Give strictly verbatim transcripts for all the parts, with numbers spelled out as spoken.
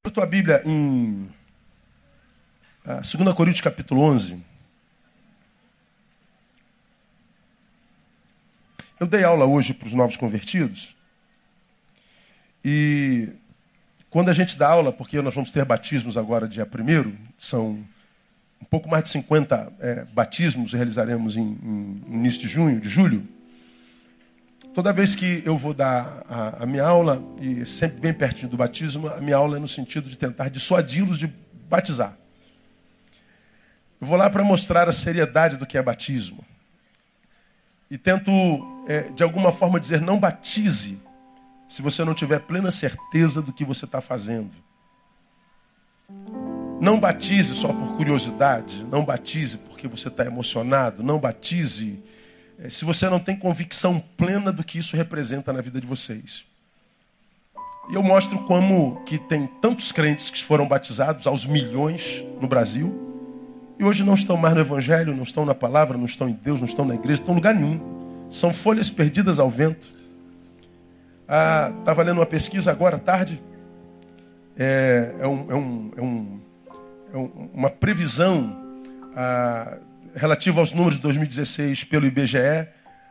Abra tua Bíblia em uh, dois Coríntios capítulo onze. Eu dei aula hoje para os novos convertidos. E quando a gente dá aula, porque nós vamos ter batismos agora dia primeiro, são um pouco mais de cinquenta é, batismos, realizaremos em, em, no início de junho, de julho. Toda vez que eu vou dar a, a minha aula, e sempre bem pertinho do batismo, a minha aula é no sentido de tentar dissuadi-los de batizar. Eu vou lá para mostrar a seriedade do que é batismo. E tento, é, de alguma forma, dizer, não batize se você não tiver plena certeza do que você está fazendo. Não batize só por curiosidade, não batize porque você está emocionado, não batize se você não tem convicção plena do que isso representa na vida de vocês. E eu mostro como que tem tantos crentes que foram batizados aos milhões no Brasil e hoje não estão mais no Evangelho, não estão na palavra, não estão em Deus, não estão na igreja, não estão em lugar nenhum. São folhas perdidas ao vento. Ah, estava lendo uma pesquisa agora à tarde. É, é, um, é, um, é, um, é um, uma previsão ah, relativa aos números de dois mil e dezesseis pelo I B G E,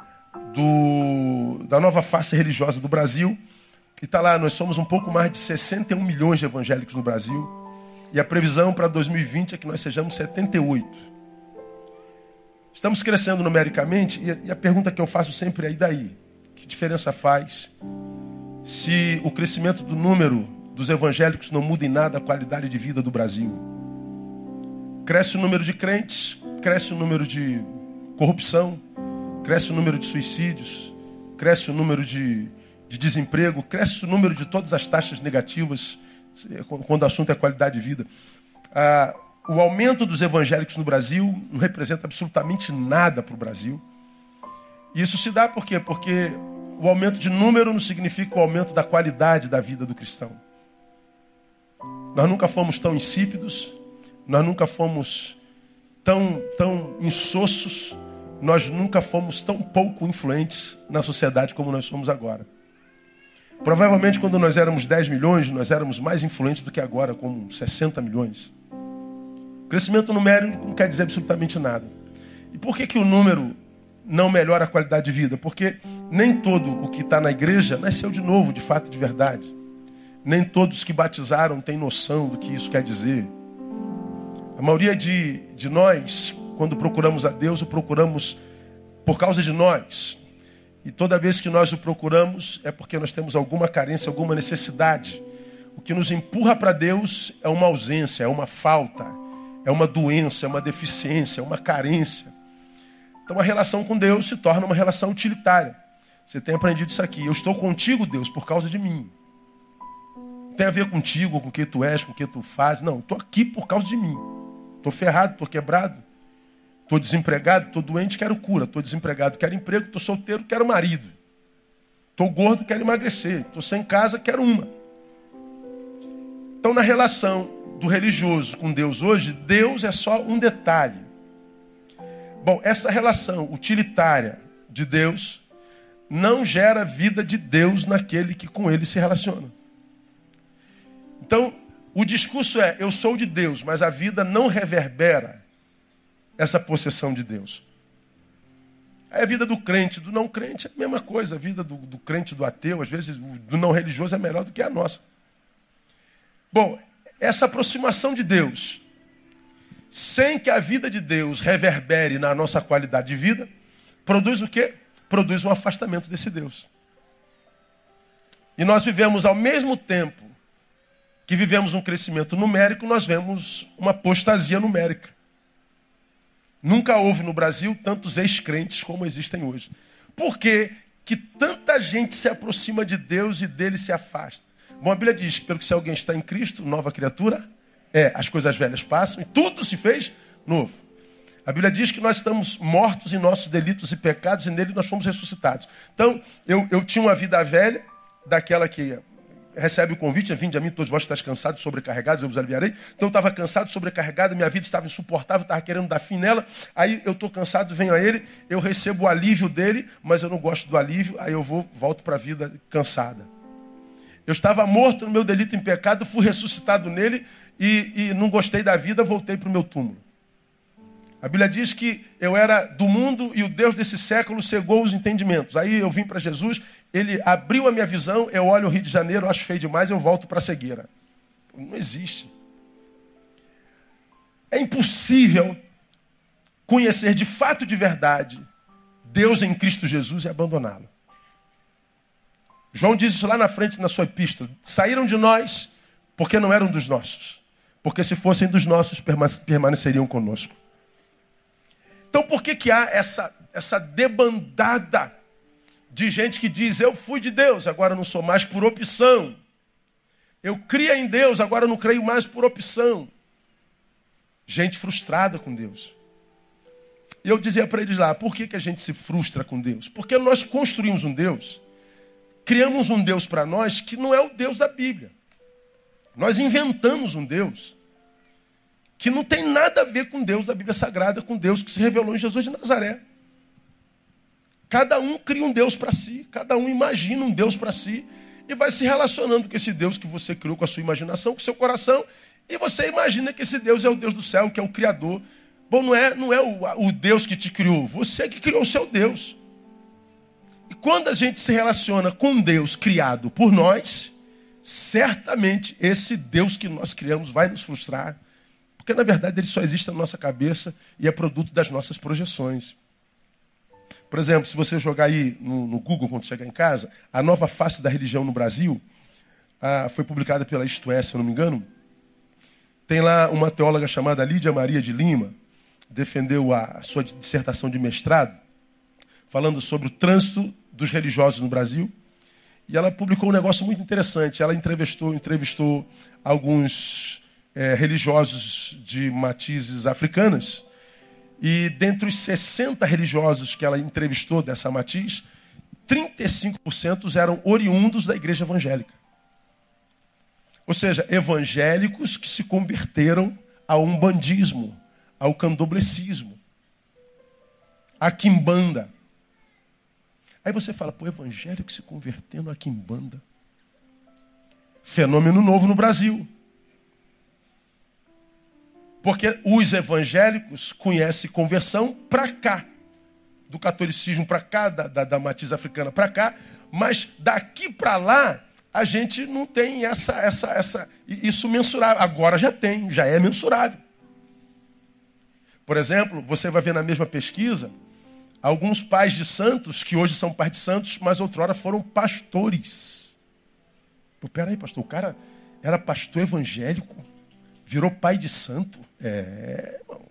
do, da nova face religiosa do Brasil. E está lá, nós somos um pouco mais de sessenta e um milhões de evangélicos no Brasil. E a previsão para dois mil e vinte é que nós sejamos setenta e oito. Estamos crescendo numericamente e a, e a pergunta que eu faço sempre é, e daí? Que diferença faz se o crescimento do número dos evangélicos não muda em nada a qualidade de vida do Brasil? Cresce o número de crentes, cresce o número de corrupção, cresce o número de suicídios, cresce o número de, de desemprego, cresce o número de todas as taxas negativas quando o assunto é qualidade de vida. Ah, o aumento dos evangélicos no Brasil não representa absolutamente nada para o Brasil. E isso se dá por quê? Porque o aumento de número não significa o aumento da qualidade da vida do cristão. Nós nunca fomos tão insípidos, nós nunca fomos tão, tão insossos, nós nunca fomos tão pouco influentes na sociedade como nós somos agora. Provavelmente quando nós éramos dez milhões, nós éramos mais influentes do que agora, como sessenta milhões. Crescimento numérico não quer dizer absolutamente nada. E por que que o número não melhora a qualidade de vida? Porque nem todo o que está na igreja nasceu de novo, de fato, de verdade. Nem todos que batizaram têm noção do que isso quer dizer. A maioria de, de nós, quando procuramos a Deus, o procuramos por causa de nós. E toda vez que nós o procuramos, é porque nós temos alguma carência, alguma necessidade. O que nos empurra para Deus é uma ausência, é uma falta, é uma doença, é uma deficiência, é uma carência. Então a relação com Deus se torna uma relação utilitária. Você tem aprendido isso aqui. Eu estou contigo, Deus, por causa de mim. Não tem a ver contigo, com o que tu és, com o que tu fazes. Não, estou aqui por causa de mim. Estou ferrado, estou quebrado. Estou desempregado, estou doente, quero cura. Estou desempregado, quero emprego. Estou solteiro, quero marido. Estou gordo, quero emagrecer. Estou sem casa, quero uma. Então, na relação do religioso com Deus hoje, Deus é só um detalhe. Bom, essa relação utilitária de Deus não gera vida de Deus naquele que com ele se relaciona. Então, o discurso é, eu sou de Deus, mas a vida não reverbera essa possessão de Deus. A vida do crente, do não crente é a mesma coisa. A vida do, do crente, do ateu, às vezes do não religioso é melhor do que a nossa. Bom, essa aproximação de Deus, sem que a vida de Deus reverbere na nossa qualidade de vida, produz o quê? Produz um afastamento desse Deus. E nós vivemos ao mesmo tempo que vivemos um crescimento numérico, nós vemos uma apostasia numérica. Nunca houve no Brasil tantos ex-crentes como existem hoje. Por que que tanta gente se aproxima de Deus e dele se afasta? Bom, a Bíblia diz que pelo que se alguém está em Cristo, nova criatura, é, as coisas velhas passam e tudo se fez novo. A Bíblia diz que nós estamos mortos em nossos delitos e pecados e nele nós fomos ressuscitados. Então, eu, eu tinha uma vida velha, daquela que recebe o convite, vinde a mim todos vós que estáis cansados, sobrecarregados, eu vos aliviarei. Então eu estava cansado, sobrecarregado, minha vida estava insuportável, estava querendo dar fim nela. Aí eu estou cansado, venho a ele, eu recebo o alívio dele, mas eu não gosto do alívio, aí eu vou, volto para a vida cansada. Eu estava morto no meu delito em pecado, fui ressuscitado nele e, e não gostei da vida, voltei para o meu túmulo. A Bíblia diz que eu era do mundo e o Deus desse século cegou os entendimentos. Aí eu vim para Jesus, ele abriu a minha visão, eu olho o Rio de Janeiro, acho feio demais, eu volto para a cegueira. Não existe. É impossível conhecer de fato, de verdade, Deus em Cristo Jesus e abandoná-lo. João diz isso lá na frente na sua epístola. Saíram de nós porque não eram dos nossos. Porque se fossem dos nossos, permaneceriam conosco. Então por que que há essa, essa debandada de gente que diz, eu fui de Deus, agora não sou mais por opção. Eu cria em Deus, agora não creio mais por opção. Gente frustrada com Deus. E eu dizia para eles lá, por que que a gente se frustra com Deus? Porque nós construímos um Deus, criamos um Deus para nós que não é o Deus da Bíblia. Nós inventamos um Deus que não tem nada a ver com Deus da Bíblia Sagrada, com Deus que se revelou em Jesus de Nazaré. Cada um cria um Deus para si, cada um imagina um Deus para si e vai se relacionando com esse Deus que você criou com a sua imaginação, com o seu coração, e você imagina que esse Deus é o Deus do céu, que é o Criador. Bom, não é, não é o, o Deus que te criou, você que criou o seu Deus. E quando a gente se relaciona com um Deus criado por nós, certamente esse Deus que nós criamos vai nos frustrar, porque na verdade ele só existe na nossa cabeça e é produto das nossas projeções. Por exemplo, se você jogar aí no, no Google quando chegar em casa, a nova face da religião no Brasil, ah, foi publicada pela Isto É, se eu não me engano. Tem lá uma teóloga chamada Lídia Maria de Lima, defendeu a, a sua dissertação de mestrado, falando sobre o trânsito dos religiosos no Brasil. E ela publicou um negócio muito interessante. Ela entrevistou, entrevistou alguns é, religiosos de matizes africanas. E dentre os sessenta religiosos que ela entrevistou dessa matiz, trinta e cinco por cento eram oriundos da igreja evangélica. Ou seja, evangélicos que se converteram ao umbandismo, ao candoblecismo, à quimbanda. Aí você fala, pô, evangélico se convertendo à quimbanda. Fenômeno novo no Brasil. Porque os evangélicos conhecem conversão para cá. Do catolicismo para cá, da, da, da matiz africana para cá. Mas daqui para lá, a gente não tem essa, essa, essa, isso mensurável. Agora já tem, já é mensurável. Por exemplo, você vai ver na mesma pesquisa, alguns pais de santos, que hoje são pais de santos, mas outrora foram pastores. Pô, peraí, pastor, o cara era pastor evangélico, virou pai de santo? É, irmão.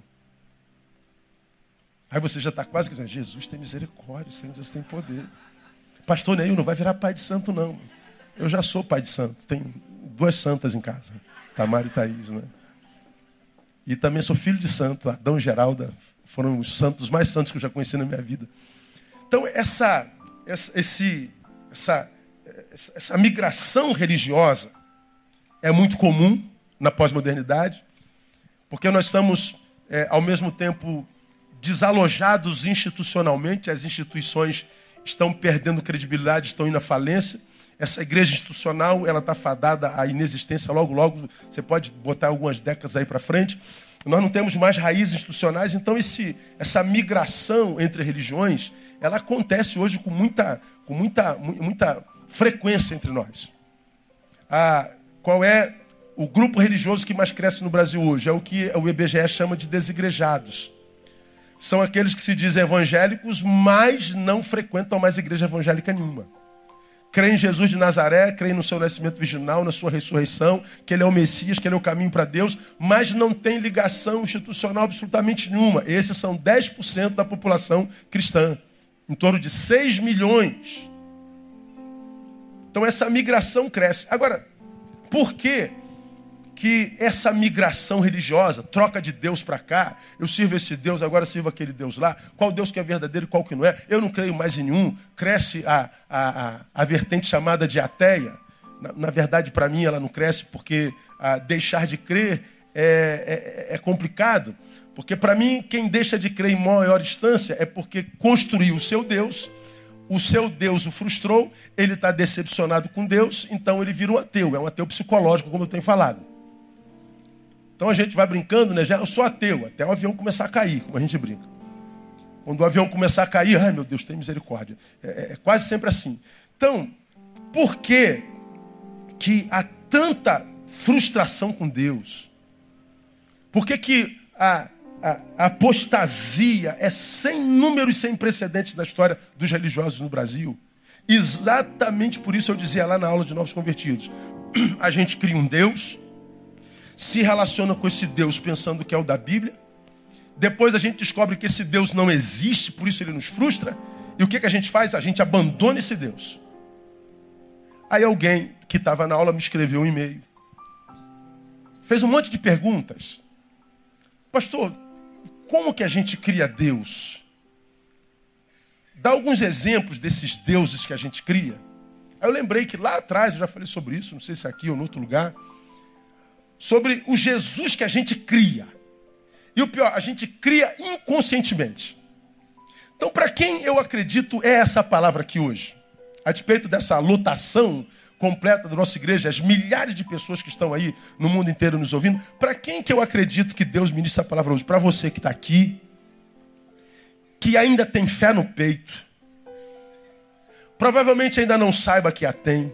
Aí você já está quase dizendo, Jesus tem misericórdia, Senhor, Jesus tem poder. Pastor Neil não vai virar pai de santo, não. Eu já sou pai de santo, tenho duas santas em casa, Tamara e Thaís, né? E também sou filho de santo, Adão e Geralda, foram os santos mais santos que eu já conheci na minha vida. Então, essa, essa, esse, essa, essa migração religiosa é muito comum na pós-modernidade, porque nós estamos, é, ao mesmo tempo, desalojados institucionalmente, as instituições estão perdendo credibilidade, estão indo à falência. Essa igreja institucional, ela está fadada à inexistência logo, logo, você pode botar algumas décadas aí para frente. Nós não temos mais raízes institucionais, então esse, essa migração entre religiões, ela acontece hoje com muita, com muita, muita frequência entre nós. Ah, qual é o grupo religioso que mais cresce no Brasil hoje? É o que o I B G E chama de desigrejados. São aqueles que se dizem evangélicos, mas não frequentam mais igreja evangélica nenhuma. Creem em Jesus de Nazaré, creem no seu nascimento virginal, na sua ressurreição, que ele é o Messias, que ele é o caminho para Deus, mas não tem ligação institucional absolutamente nenhuma. Esses são dez por cento da população cristã, em torno de seis milhões. Então essa migração cresce. Agora, por que que essa migração religiosa, troca de Deus para cá, eu sirvo esse Deus, agora sirvo aquele Deus lá, qual Deus que é verdadeiro e qual que não é, eu não creio mais em nenhum, cresce a, a, a, a vertente chamada de ateia. Na, na verdade, para mim, ela não cresce porque a, deixar de crer é, é, é complicado, porque para mim, quem deixa de crer em maior instância é porque construiu o seu Deus, o seu Deus o frustrou, ele está decepcionado com Deus, então ele vira um ateu. É um ateu psicológico, como eu tenho falado. Então a gente vai brincando, né? Já eu sou ateu, até o avião começar a cair, como a gente brinca. Quando o avião começar a cair, ai meu Deus, tem misericórdia. É, é quase sempre assim. Então, por que que há tanta frustração com Deus? Por que que a, a, a apostasia é sem número e sem precedentes na história dos religiosos no Brasil? Exatamente por isso eu dizia lá na aula de Novos Convertidos. A gente cria um Deus, se relaciona com esse Deus pensando que é o da Bíblia. Depois a gente descobre que esse Deus não existe, por isso ele nos frustra. E o que, que a gente faz? A gente abandona esse Deus. Aí alguém que estava na aula me escreveu um e-mail. Fez um monte de perguntas. Pastor, como que a gente cria Deus? Dá alguns exemplos desses deuses que a gente cria. Aí eu lembrei que lá atrás, eu já falei sobre isso, não sei se aqui ou em outro lugar, sobre o Jesus que a gente cria. E o pior, a gente cria inconscientemente. Então, para quem eu acredito é essa palavra aqui hoje? A despeito dessa lotação completa da nossa igreja, as milhares de pessoas que estão aí no mundo inteiro nos ouvindo, para quem que eu acredito que Deus ministra essa palavra hoje? Para você que está aqui, que ainda tem fé no peito, provavelmente ainda não saiba que a tem,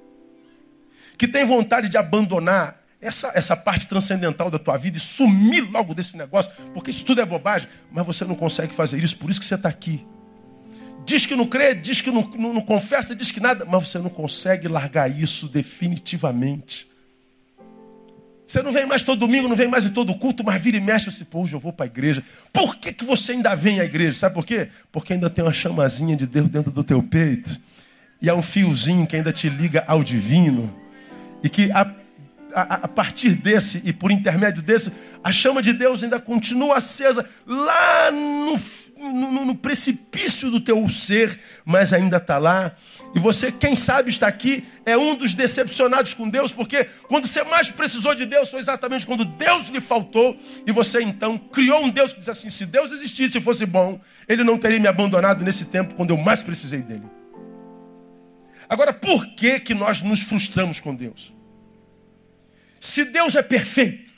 que tem vontade de abandonar Essa, essa parte transcendental da tua vida e sumir logo desse negócio, porque isso tudo é bobagem, mas você não consegue fazer isso, por isso que você está aqui. Diz que não crê, diz que não, não, não confessa, diz que nada, mas você não consegue largar isso definitivamente. Você não vem mais todo domingo, não vem mais em todo culto, mas vira e mexe, você, pô, hoje eu vou para a igreja. Por que, que você ainda vem à igreja? Sabe por quê? Porque ainda tem uma chamazinha de Deus dentro do teu peito, e há um fiozinho que ainda te liga ao divino, e que a A, a partir desse e por intermédio desse, a chama de Deus ainda continua acesa lá no, no, no precipício do teu ser, mas ainda está lá. E você, quem sabe, está aqui, é um dos decepcionados com Deus, porque quando você mais precisou de Deus, foi exatamente quando Deus lhe faltou, e você então criou um Deus que diz assim, se Deus existisse e fosse bom, Ele não teria me abandonado nesse tempo quando eu mais precisei dEle. Agora, por que que nós nos frustramos com Deus? Se Deus é perfeito,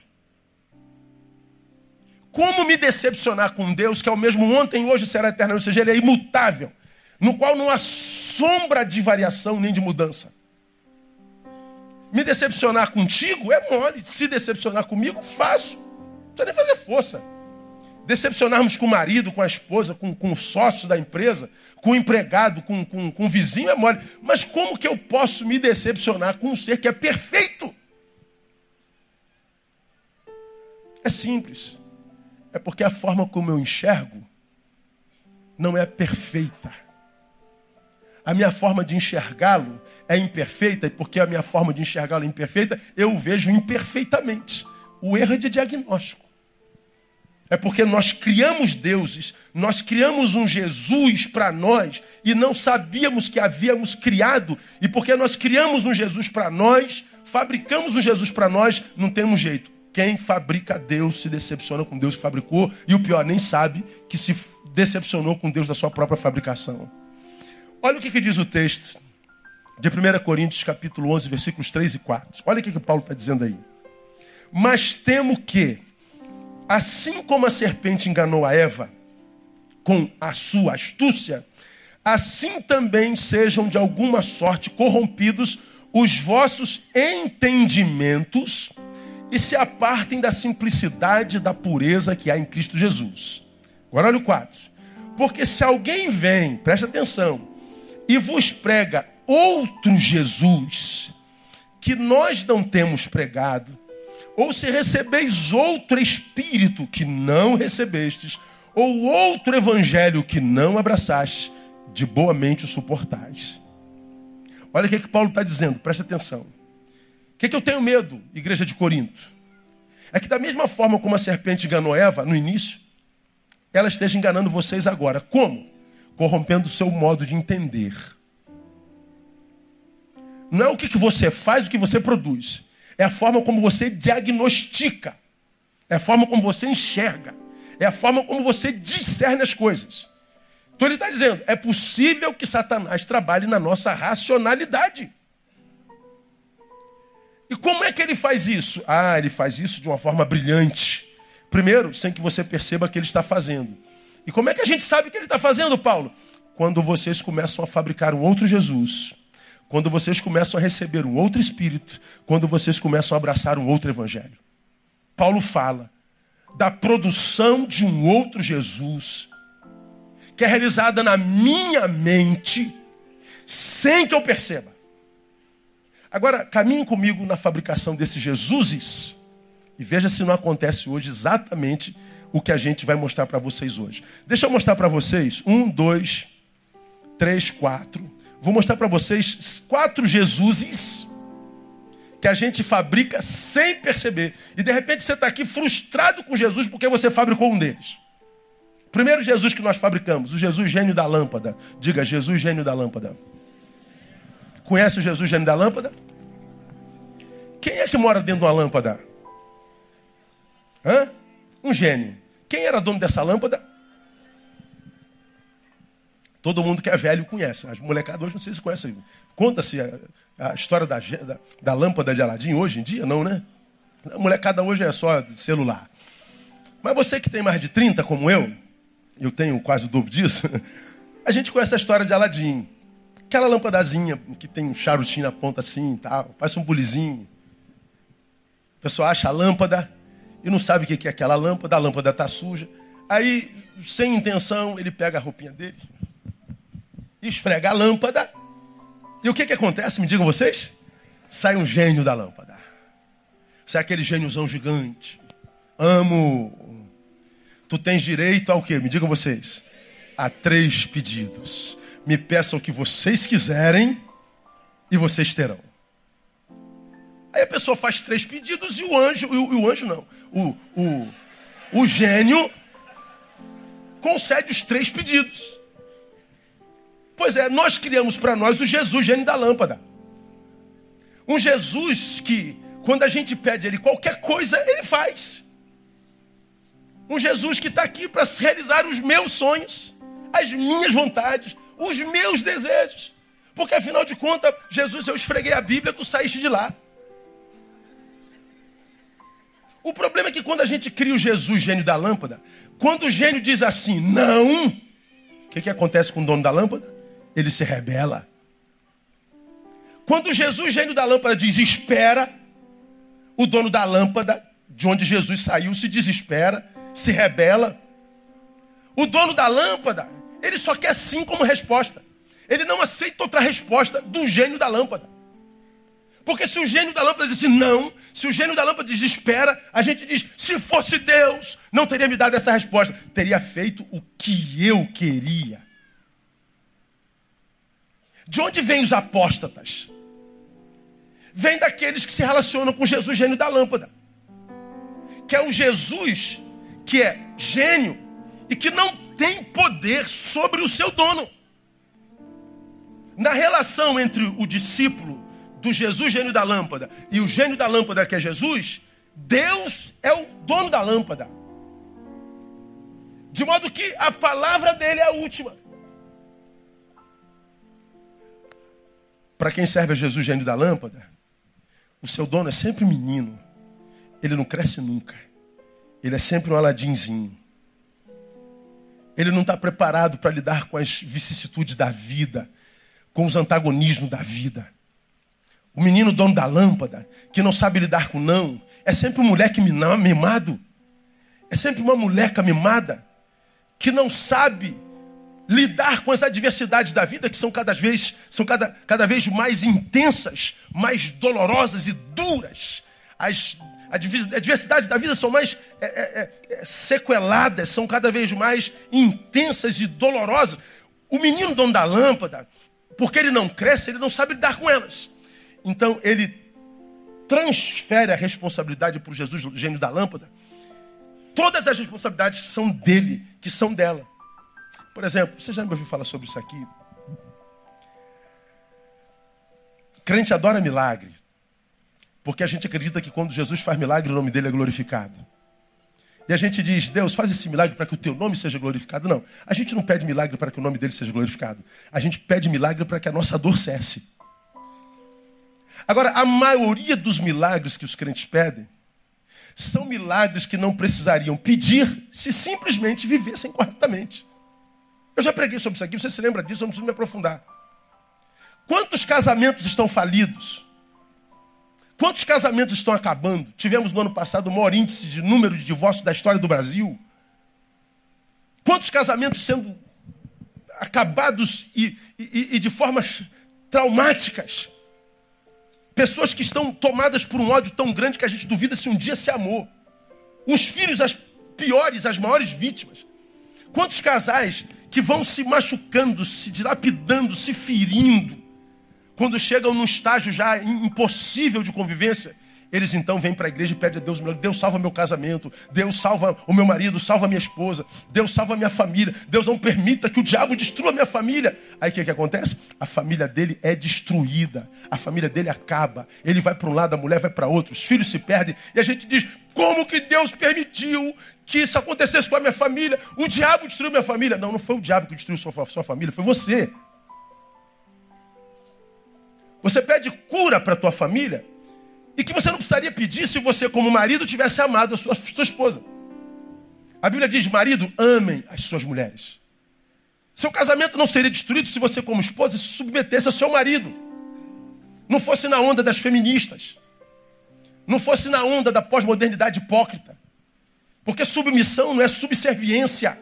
como me decepcionar com Deus que é o mesmo ontem, hoje e será eterno? Ou seja, Ele é imutável, no qual não há sombra de variação nem de mudança. Me decepcionar contigo é mole. Se decepcionar comigo, faço. Não precisa nem fazer força. Decepcionarmos com o marido, com a esposa, com, com o sócio da empresa, com o empregado, com, com, com o vizinho é mole. Mas como que eu posso me decepcionar com um ser que é perfeito? É simples. É porque a forma como eu enxergo não é perfeita. A minha forma de enxergá-lo é imperfeita, e porque a minha forma de enxergá-lo é imperfeita, eu o vejo imperfeitamente. O erro é de diagnóstico. É porque nós criamos deuses, nós criamos um Jesus para nós e não sabíamos que havíamos criado. E porque nós criamos um Jesus para nós, fabricamos um Jesus para nós, não temos jeito. Quem fabrica Deus se decepciona com Deus que fabricou, e o pior, nem sabe que se decepcionou com Deus da sua própria fabricação. Olha o que, que diz o texto de primeira Coríntios, capítulo onze, versículos três e quatro. Olha o que, que Paulo está dizendo aí. Mas temo que, assim como a serpente enganou a Eva com a sua astúcia, assim também sejam de alguma sorte corrompidos os vossos entendimentos e se apartem da simplicidade e da pureza que há em Cristo Jesus. Agora olha o quatro. Porque se alguém vem, preste atenção, e vos prega outro Jesus, que nós não temos pregado, ou se recebeis outro Espírito que não recebestes, ou outro Evangelho que não abraçastes, de boa mente o suportais. Olha o que, que Paulo está dizendo, preste atenção. O que, que eu tenho medo, igreja de Corinto? É que da mesma forma como a serpente enganou Eva no início, ela esteja enganando vocês agora. Como? Corrompendo o seu modo de entender. Não é o que, que você faz, o que você produz. É a forma como você diagnostica. É a forma como você enxerga. É a forma como você discerne as coisas. Então ele está dizendo, é possível que Satanás trabalhe na nossa racionalidade. E como é que ele faz isso? Ah, ele faz isso de uma forma brilhante. Primeiro, sem que você perceba que ele está fazendo. E como é que a gente sabe que ele está fazendo, Paulo? Quando vocês começam a fabricar um outro Jesus. Quando vocês começam a receber um outro Espírito. Quando vocês começam a abraçar um outro Evangelho. Paulo fala da produção de um outro Jesus. Que é realizada na minha mente. Sem que eu perceba. Agora, caminhe comigo na fabricação desses Jesuses e veja se não acontece hoje exatamente o que a gente vai mostrar para vocês hoje. Deixa eu mostrar para vocês um, dois, três, quatro. Vou mostrar para vocês quatro Jesuses que a gente fabrica sem perceber. E de repente você está aqui frustrado com Jesus porque você fabricou um deles. Primeiro Jesus que nós fabricamos, o Jesus gênio da lâmpada. Diga, Jesus gênio da lâmpada. Conhece o Jesus gênio da lâmpada? Quem é que mora dentro de uma lâmpada? Hã? Um gênio. Quem era dono dessa lâmpada? Todo mundo que é velho conhece. As molecadas hoje não sei se conhecem. Conta-se a, a história da, da, da lâmpada de Aladim hoje em dia, não, né? A molecada hoje é só celular. Mas você que tem mais de trinta, como eu, eu tenho quase o dobro disso, a gente conhece a história de Aladim. Aquela lâmpadazinha que tem um charutinho na ponta assim, tá? Parece um bulizinho. A pessoa acha a lâmpada e não sabe o que é aquela lâmpada, a lâmpada está suja. Aí, sem intenção, ele pega a roupinha dele, esfrega a lâmpada. E o que, que acontece? Me digam vocês? Sai um gênio da lâmpada. Sai aquele gêniozão gigante. Amo. Tu tens direito ao quê? Me digam vocês. A três pedidos. Me peçam o que vocês quiserem e vocês terão. Aí a pessoa faz três pedidos e o anjo, e o, e o anjo não, o, o, o gênio concede os três pedidos. Pois é, nós criamos para nós o Jesus gênio da lâmpada. Um Jesus que, quando a gente pede a ele qualquer coisa, ele faz. Um Jesus que está aqui para realizar os meus sonhos, as minhas vontades, os meus desejos. Porque afinal de contas, Jesus, eu esfreguei a Bíblia, tu saíste de lá. O problema é que quando a gente cria o Jesus gênio da lâmpada, quando o gênio diz assim, não, o que, que acontece com o dono da lâmpada? Ele se rebela. Quando o Jesus gênio da lâmpada diz espera, o dono da lâmpada, de onde Jesus saiu, se desespera, se rebela. O dono da lâmpada, ele só quer sim como resposta. Ele não aceita outra resposta do gênio da lâmpada. Porque se o gênio da lâmpada diz assim, não, se o gênio da lâmpada diz espera, a gente diz, se fosse Deus, não teria me dado essa resposta. Teria feito o que eu queria. De onde vêm os apóstatas? Vem daqueles que se relacionam com Jesus gênio da lâmpada. Que é um Jesus que é gênio e que não tem poder sobre o seu dono. Na relação entre o discípulo do Jesus gênio da lâmpada e o gênio da lâmpada que é Jesus, Deus é o dono da lâmpada. De modo que a palavra dele é a última. Para quem serve a Jesus gênio da lâmpada, o seu dono é sempre menino. Ele não cresce nunca. Ele é sempre um Aladinzinho. Ele não está preparado para lidar com as vicissitudes da vida, com os antagonismos da vida. O menino dono da lâmpada, que não sabe lidar com não, é sempre um moleque mimado. É sempre uma moleca mimada, que não sabe lidar com as adversidades da vida, que são cada vez, são cada, cada vez mais intensas, mais dolorosas e duras. As adversidades da vida são mais é, é, é, sequeladas, são cada vez mais intensas e dolorosas. O menino dono da lâmpada, porque ele não cresce, ele não sabe lidar com elas. Então ele transfere a responsabilidade para o Jesus gênio da lâmpada. Todas as responsabilidades que são dele, que são dela. Por exemplo, você já me ouviu falar sobre isso aqui? Crente adora milagre. Porque a gente acredita que quando Jesus faz milagre, o nome dele é glorificado. E a gente diz, Deus, faz esse milagre para que o teu nome seja glorificado. Não, a gente não pede milagre para que o nome dele seja glorificado. A gente pede milagre para que a nossa dor cesse. Agora, a maioria dos milagres que os crentes pedem são milagres que não precisariam pedir se simplesmente vivessem corretamente. Eu já preguei sobre isso aqui, você se lembra disso, eu não preciso me aprofundar. Quantos casamentos estão falidos? Quantos casamentos estão acabando? Tivemos no ano passado o maior índice de número de divórcios da história do Brasil. Quantos casamentos sendo acabados e, e, e de formas traumáticas? Pessoas que estão tomadas por um ódio tão grande que a gente duvida se um dia se amou. Os filhos, as piores, as maiores vítimas. Quantos casais que vão se machucando, se dilapidando, se ferindo, quando chegam num estágio já impossível de convivência, eles então vêm para a igreja e pedem a Deus, Deus salva meu casamento, Deus salva o meu marido, salva minha esposa, Deus salva a minha família, Deus não permita que o diabo destrua a minha família. Aí o que, que acontece? A família dele é destruída, a família dele acaba, ele vai para um lado, a mulher vai para outro, os filhos se perdem, e a gente diz, como que Deus permitiu que isso acontecesse com a minha família? O diabo destruiu minha família. Não, não foi o diabo que destruiu sua, sua família, foi você. Você pede cura para a tua família e que você não precisaria pedir se você, como marido, tivesse amado a sua, sua esposa. A Bíblia diz, marido, amem as suas mulheres. Seu casamento não seria destruído se você, como esposa, se submetesse ao seu marido. Não fosse na onda das feministas. Não fosse na onda da pós-modernidade hipócrita. Porque submissão não é subserviência.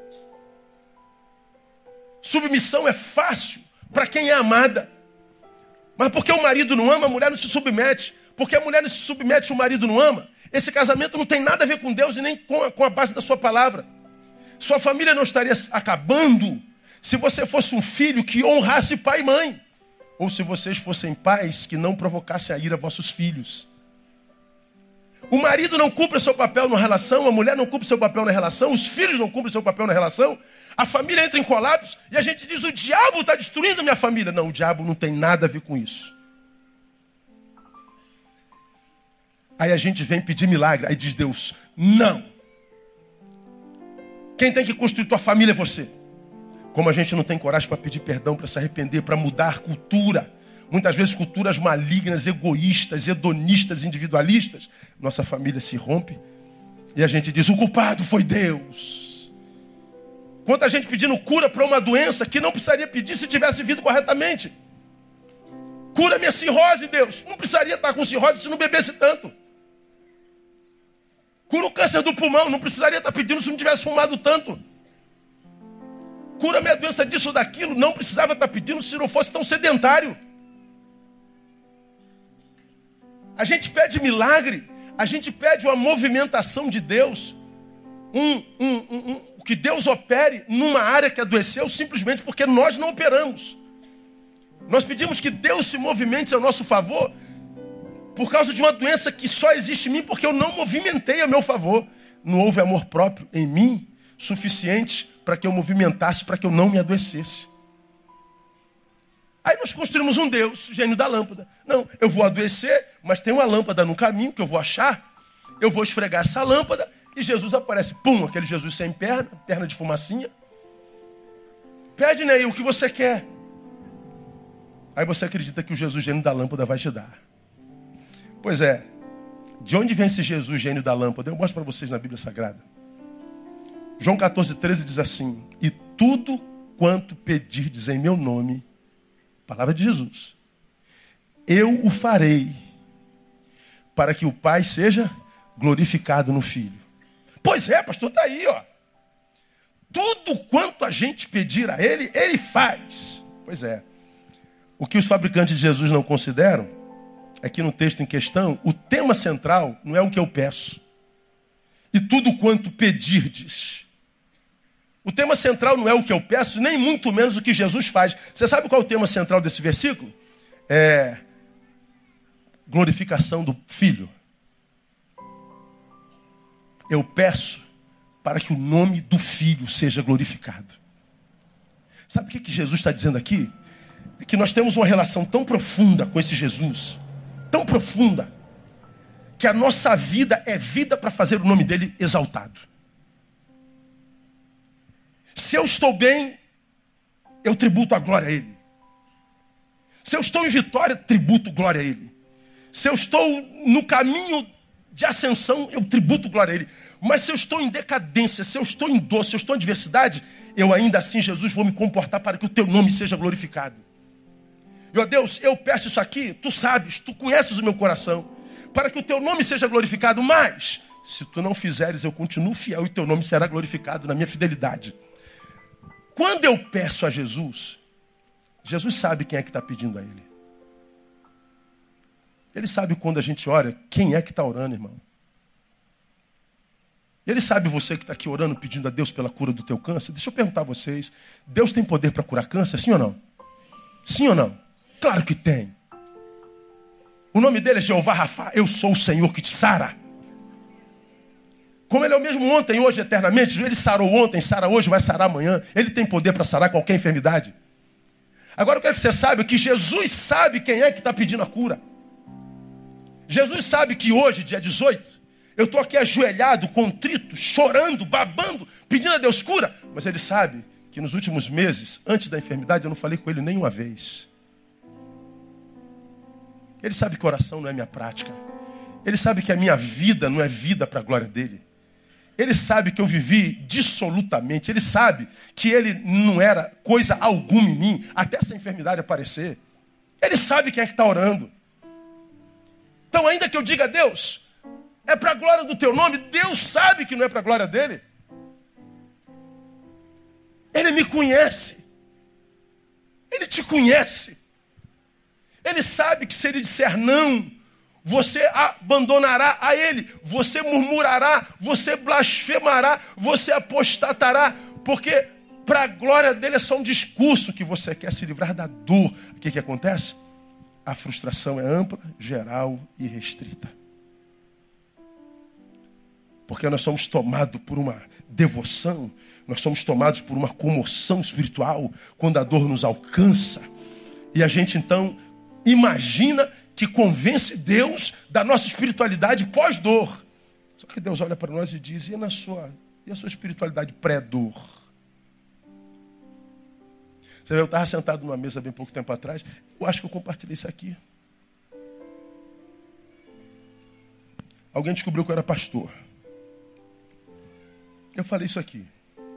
Submissão é fácil para quem é amada. Mas porque o marido não ama, a mulher não se submete. Porque a mulher não se submete e o marido não ama, esse casamento não tem nada a ver com Deus e nem com a, com a base da sua palavra. Sua família não estaria acabando se você fosse um filho que honrasse pai e mãe. Ou se vocês fossem pais que não provocassem a ira a vossos filhos. O marido não cumpre o seu papel na relação, a mulher não cumpre o seu papel na relação, os filhos não cumprem o seu papel na relação, a família entra em colapso e a gente diz, o diabo está destruindo a minha família. Não, o diabo não tem nada a ver com isso. Aí a gente vem pedir milagre, aí diz Deus, não. Quem tem que construir tua família é você. Como a gente não tem coragem para pedir perdão, para se arrepender, para mudar cultura, muitas vezes culturas malignas, egoístas, hedonistas, individualistas, nossa família se rompe e a gente diz, o culpado foi Deus. Quanta gente pedindo cura para uma doença que não precisaria pedir se tivesse vivido corretamente. Cura minha cirrose, Deus. Não precisaria estar com cirrose se não bebesse tanto. Cura o câncer do pulmão. Não precisaria estar pedindo se não tivesse fumado tanto. Cura minha doença disso ou daquilo. Não precisava estar pedindo se não fosse tão sedentário. A gente pede milagre. A gente pede uma movimentação de Deus. Um, um, um, um, que Deus opere numa área que adoeceu simplesmente porque nós não operamos. Nós pedimos que Deus se movimente a nosso favor por causa de uma doença que só existe em mim porque eu não movimentei a meu favor. Não houve amor próprio em mim suficiente para que eu movimentasse, para que eu não me adoecesse. Aí nós construímos um Deus, gênio da lâmpada. Não, eu vou adoecer, mas tem uma lâmpada no caminho que eu vou achar. Eu vou esfregar essa lâmpada e Jesus aparece. Pum, aquele Jesus sem perna, perna de fumacinha. Pede, Ney, o que você quer. Aí você acredita que o Jesus gênio da lâmpada vai te dar. Pois é, de onde vem esse Jesus gênio da lâmpada? Eu mostro para vocês na Bíblia Sagrada. João catorze, treze diz assim, e tudo quanto pedirdes em meu nome, palavra de Jesus, eu o farei, para que o Pai seja glorificado no Filho. Pois é, pastor, está aí, ó. Tudo quanto a gente pedir a Ele, Ele faz. Pois é. O que os fabricantes de Jesus não consideram é que no texto em questão, o tema central não é o que eu peço. E tudo quanto pedirdes. O tema central não é o que eu peço, nem muito menos o que Jesus faz. Você sabe qual é o tema central desse versículo? É glorificação do Filho. Eu peço para que o nome do Filho seja glorificado. Sabe o que, que Jesus está dizendo aqui? É que nós temos uma relação tão profunda com esse Jesus, tão profunda, que a nossa vida é vida para fazer o nome dele exaltado. Se eu estou bem, eu tributo a glória a ele. Se eu estou em vitória, tributo glória a ele. Se eu estou no caminho de ascensão, eu tributo glória a ele. Mas se eu estou em decadência, se eu estou em dor, se eu estou em adversidade, eu ainda assim, Jesus, vou me comportar para que o teu nome seja glorificado. E, ó Deus, eu peço isso aqui, tu sabes, tu conheces o meu coração, para que o teu nome seja glorificado, mas se tu não fizeres, eu continuo fiel e o teu nome será glorificado na minha fidelidade. Quando eu peço a Jesus, Jesus sabe quem é que está pedindo a ele. Ele sabe quando a gente ora, quem é que está orando, irmão. Ele sabe você que está aqui orando, pedindo a Deus pela cura do teu câncer. Deixa eu perguntar a vocês, Deus tem poder para curar câncer, sim ou não? Sim ou não? Claro que tem. O nome dele é Jeová Rafa, eu sou o Senhor que te sara. Como ele é o mesmo ontem, hoje, eternamente, ele sarou ontem, sara hoje, vai sarar amanhã. Ele tem poder para sarar qualquer enfermidade. Agora eu quero que você saiba que Jesus sabe quem é que está pedindo a cura. Jesus sabe que hoje, dia dezoito, eu estou aqui ajoelhado, contrito, chorando, babando, pedindo a Deus cura. Mas ele sabe que nos últimos meses, antes da enfermidade, eu não falei com ele nenhuma vez. Ele sabe que oração não é minha prática. Ele sabe que a minha vida não é vida para a glória dele. Ele sabe que eu vivi dissolutamente. Ele sabe que ele não era coisa alguma em mim, até essa enfermidade aparecer. Ele sabe quem é que está orando. Então, ainda que eu diga a Deus, é para a glória do teu nome, Deus sabe que não é para a glória dele. Ele me conhece. Ele te conhece. Ele sabe que se ele disser não, você abandonará a ele, você murmurará, você blasfemará, você apostatará, porque para a glória dele é só um discurso que você quer se livrar da dor. O que que acontece? A frustração é ampla, geral e restrita. Porque nós somos tomados por uma devoção, nós somos tomados por uma comoção espiritual quando a dor nos alcança. E a gente então imagina que convence Deus da nossa espiritualidade pós-dor. Só que Deus olha para nós e diz, e, na sua, e a sua espiritualidade pré-dor? Você vê, eu estava sentado numa mesa bem pouco tempo atrás, eu acho que eu compartilhei isso aqui. Alguém descobriu que eu era pastor. Eu falei isso aqui.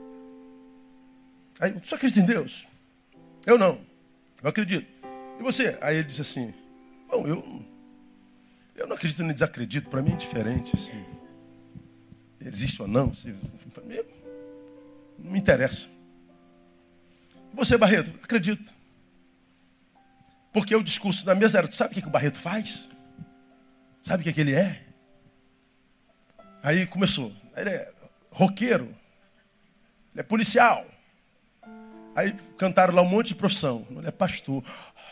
Aí, você acredita em Deus? Eu não. Eu acredito. E você? Aí ele disse assim, bom, eu, eu não acredito nem desacredito, para mim é diferente. Assim, existe ou não, assim, para mim não me interessa. E você, Barreto? Acredito. Porque o discurso da mesa era, tu sabe o que, que o Barreto faz? Sabe o que, que ele é? Aí começou, ele é roqueiro, ele é policial. Aí cantaram lá um monte de profissão, ele é pastor.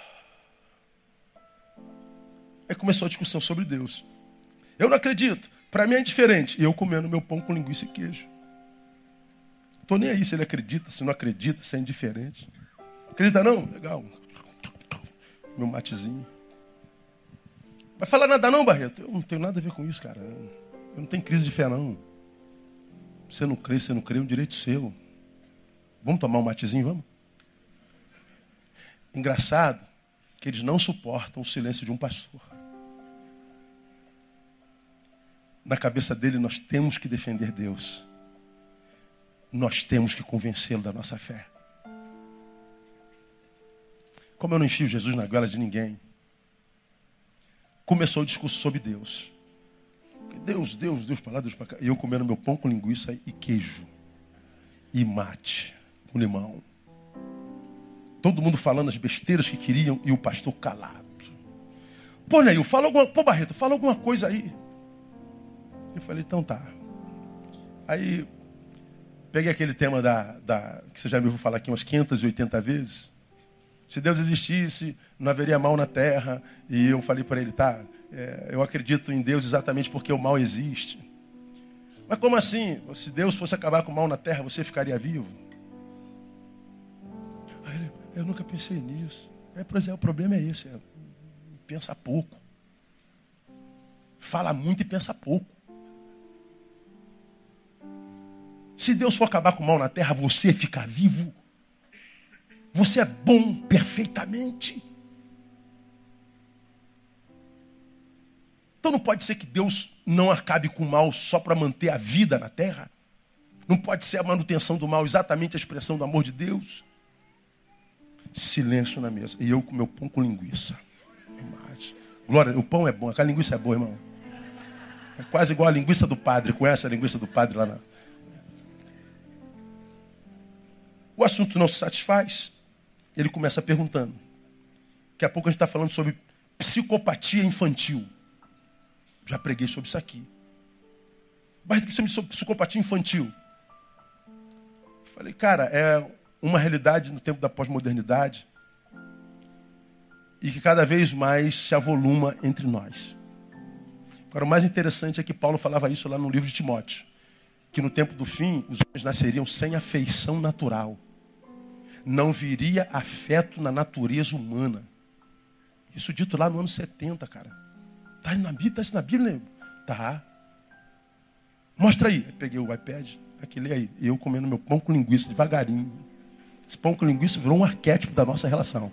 Aí começou a discussão sobre Deus. Eu não acredito. Para mim é diferente. E eu comendo meu pão com linguiça e queijo. Estou nem aí se ele acredita, se não acredita, se é indiferente. Acredita não? Legal. Meu matezinho. Vai falar nada não, Barreto? Eu não tenho nada a ver com isso, cara. Eu não tenho crise de fé, não. Você não crê, você não crê, é um direito seu. Vamos tomar um matezinho, vamos? Engraçado que eles não suportam o silêncio de um pastor. Na cabeça dele, nós temos que defender Deus. Nós temos que convencê-lo da nossa fé. Como eu não enfio Jesus na goela de ninguém, começou o discurso sobre Deus. Deus, Deus, Deus para lá, Deus para cá. E eu comendo meu pão com linguiça e queijo. E mate com limão. Todo mundo falando as besteiras que queriam e o pastor calado. Pô, Neil, fala alguma... Pô, Barreto, fala alguma coisa aí. Eu falei, então tá. Aí, peguei aquele tema da, da, que você já me ouviu falar aqui umas quinhentas e oitenta vezes. Se Deus existisse, não haveria mal na terra. E eu falei para ele, tá, é, eu acredito em Deus exatamente porque o mal existe. Mas como assim? Se Deus fosse acabar com o mal na terra, você ficaria vivo? Aí ele, eu nunca pensei nisso. É, pois é, o problema é esse, é, pensa pouco. fala muito e pensa pouco. Se Deus for acabar com o mal na terra, você fica vivo. Você é bom perfeitamente. Então não pode ser que Deus não acabe com o mal só para manter a vida na terra. Não pode ser a manutenção do mal exatamente a expressão do amor de Deus. Silêncio na mesa. E eu com meu pão com linguiça. Glória, o pão é bom, aquela linguiça é boa, irmão. É quase igual a linguiça do padre. Conhece a linguiça do padre lá na... O assunto não se satisfaz. Ele começa perguntando. Daqui a pouco a gente está falando sobre psicopatia infantil. Já preguei sobre isso aqui. Mas o que você sobre psicopatia infantil? Falei, cara, é uma realidade no tempo da pós-modernidade e que cada vez mais se avoluma entre nós. Agora, o mais interessante é que Paulo falava isso lá no livro de Timóteo, que no tempo do fim os homens nasceriam sem afeição natural. Não viria afeto na natureza humana. Isso dito lá no ano setenta, cara. Tá na Bíblia, tá isso na Bíblia, nego? Tá. Mostra aí. Eu peguei o iPad, aqui, lê aí. Eu comendo meu pão com linguiça, devagarinho. Esse pão com linguiça virou um arquétipo da nossa relação.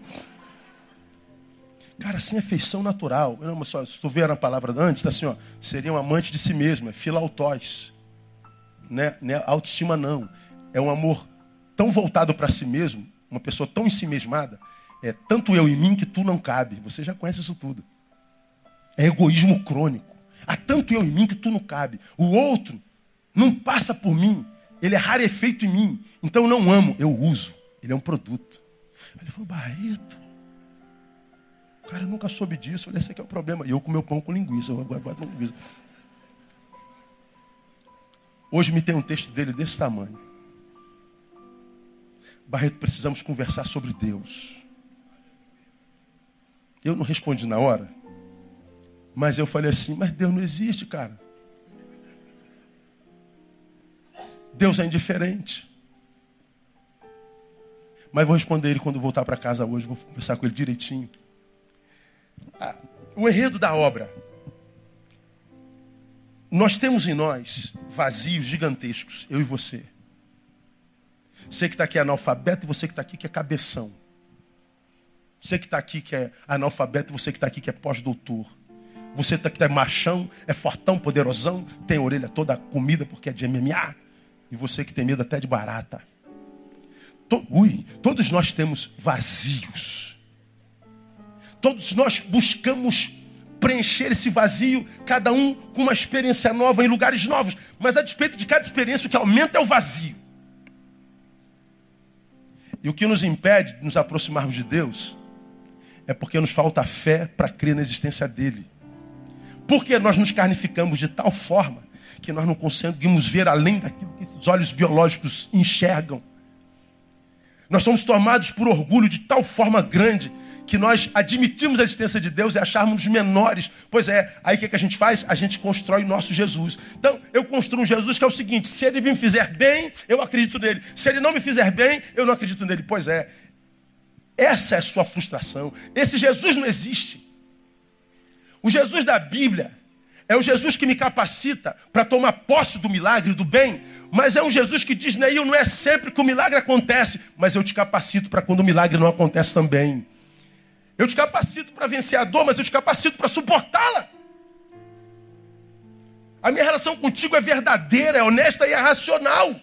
Cara, assim, afeição natural. Não, mas só, se tu ver na palavra antes, tá assim, ó, seria um amante de si mesmo, é filautóis. Né? Né? Autoestima não. É um amor tão voltado para si mesmo, uma pessoa tão ensimesmada, é tanto eu em mim que tu não cabe. Você já conhece isso tudo. É egoísmo crônico. Há tanto eu em mim que tu não cabe. O outro não passa por mim. Ele é rarefeito em mim. Então eu não amo, eu uso. Ele é um produto. Aí ele falou, Barreto, cara, eu nunca soube disso. Olha, esse aqui é o problema. E eu com meu pão com linguiça. Eu guardo com linguiça. Hoje me tem um texto dele desse tamanho. Barreto, precisamos conversar sobre Deus. Eu não respondi na hora. Mas eu falei assim, mas Deus não existe, cara. Deus é indiferente. Mas vou responder ele quando voltar para casa hoje. Vou conversar com ele direitinho. Ah, o enredo da obra. Nós temos em nós vazios gigantescos, eu e você. Você que está aqui é analfabeto e você que está aqui que é cabeção. Você que está aqui que é analfabeto e você que está aqui que é pós-doutor. Você que é machão, é fortão, poderosão, tem a orelha toda comida porque é de M M A. E você que tem medo até de barata. To- Ui, todos nós temos vazios. Todos nós buscamos preencher esse vazio, cada um com uma experiência nova, em lugares novos. Mas a despeito de cada experiência, o que aumenta é o vazio. E o que nos impede de nos aproximarmos de Deus é porque nos falta fé para crer na existência dele. Porque nós nos carnificamos de tal forma que nós não conseguimos ver além daquilo que os olhos biológicos enxergam. Nós somos tomados por orgulho de tal forma grande que nós admitimos a existência de Deus e acharmos menores. Pois é, aí o que, que a gente faz? A gente constrói o nosso Jesus. Então, eu construo um Jesus que é o seguinte, se ele me fizer bem, eu acredito nele. Se ele não me fizer bem, eu não acredito nele. Pois é, essa é a sua frustração. Esse Jesus não existe. O Jesus da Bíblia é o Jesus que me capacita para tomar posse do milagre, do bem, mas é um Jesus que diz, Neil, não é sempre que o milagre acontece, mas eu te capacito para quando o milagre não acontece também. Eu te capacito para vencer a dor, mas eu te capacito para suportá-la. A minha relação contigo é verdadeira, é honesta e é racional.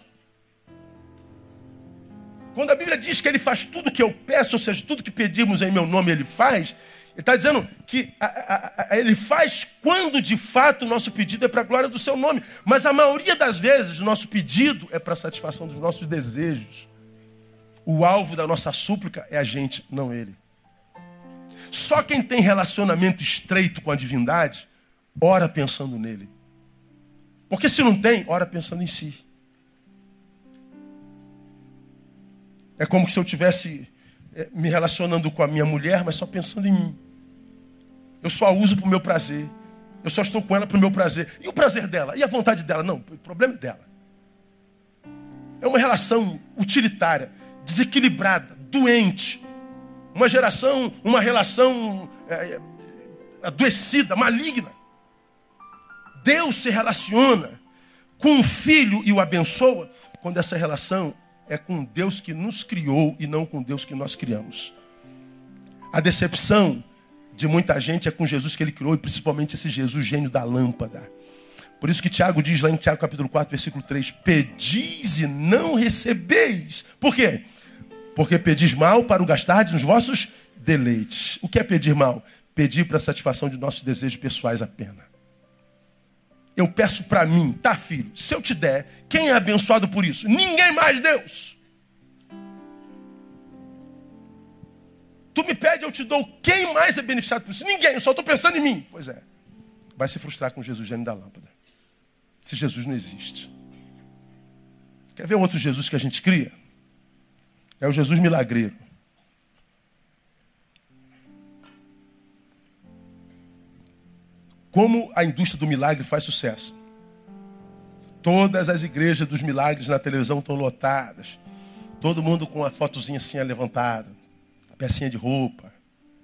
Quando a Bíblia diz que ele faz tudo o que eu peço, ou seja, tudo que pedimos em meu nome ele faz, ele está dizendo que a, a, a, ele faz quando de fato o nosso pedido é para a glória do seu nome. Mas a maioria das vezes o nosso pedido é para a satisfação dos nossos desejos. O alvo da nossa súplica é a gente, não ele. Só quem tem relacionamento estreito com a divindade, ora pensando nele. Porque se não tem, ora pensando em si. É como se eu estivesse me relacionando com a minha mulher, mas só pensando em mim. Eu só a uso para o meu prazer. Eu só estou com ela para o meu prazer. E o prazer dela? E a vontade dela? Não, o problema é dela. É uma relação utilitária, desequilibrada, doente. Uma geração, uma relação é, adoecida, maligna. Deus se relaciona com o Filho e o abençoa quando essa relação é com Deus que nos criou e não com Deus que nós criamos. A decepção de muita gente é com Jesus que ele criou, e principalmente esse Jesus gênio da lâmpada. Por isso que Tiago diz lá em Tiago capítulo quatro, versículo três, pedis e não recebeis. Por quê? Porque pedis mal para o gastardes nos vossos deleites. O que é pedir mal? Pedir para a satisfação de nossos desejos pessoais apenas. Eu peço para mim, tá, filho? Se eu te der, quem é abençoado por isso? Ninguém mais, Deus. Tu me pede, eu te dou. Quem mais é beneficiado por isso? Ninguém, eu só estou pensando em mim. Pois é. Vai se frustrar com Jesus gênio da lâmpada. Se Jesus não existe. Quer ver um outro Jesus que a gente cria? É o Jesus milagreiro. Como a indústria do milagre faz sucesso. Todas as igrejas dos milagres na televisão estão lotadas. Todo mundo com a fotozinha assim levantada. Pecinha de roupa.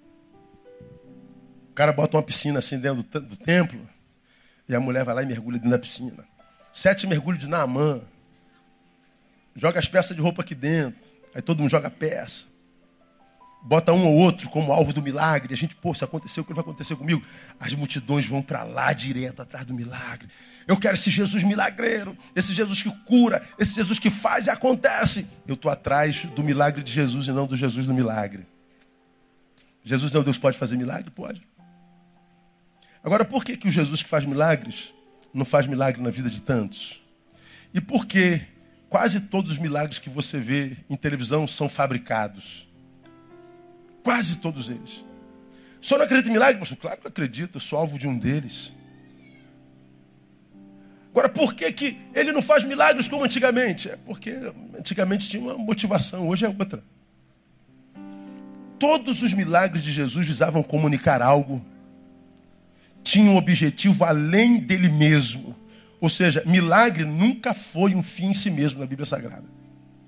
O cara bota uma piscina assim dentro do, do templo. E a mulher vai lá e mergulha dentro da piscina. Sete mergulhos de Naamã. Joga as peças de roupa aqui dentro. Aí todo mundo joga peça. Bota um ou outro como alvo do milagre. A gente, pô, se aconteceu, o que vai acontecer comigo? As multidões vão para lá direto, atrás do milagre. Eu quero esse Jesus milagreiro, esse Jesus que cura, esse Jesus que faz e acontece. Eu estou atrás do milagre de Jesus e não do Jesus do milagre. Jesus não, Deus pode fazer milagre? Pode. Agora, por que, que o Jesus que faz milagres não faz milagre na vida de tantos? E por que quase todos os milagres que você vê em televisão são fabricados? Quase todos eles. O senhor não acredita em milagre? Mas, claro que eu acredito, eu sou alvo de um deles. Agora, por que, que ele não faz milagres como antigamente? É porque antigamente tinha uma motivação, hoje é outra. Todos os milagres de Jesus visavam comunicar algo, tinham um objetivo além dele mesmo. Ou seja, milagre nunca foi um fim em si mesmo na Bíblia Sagrada.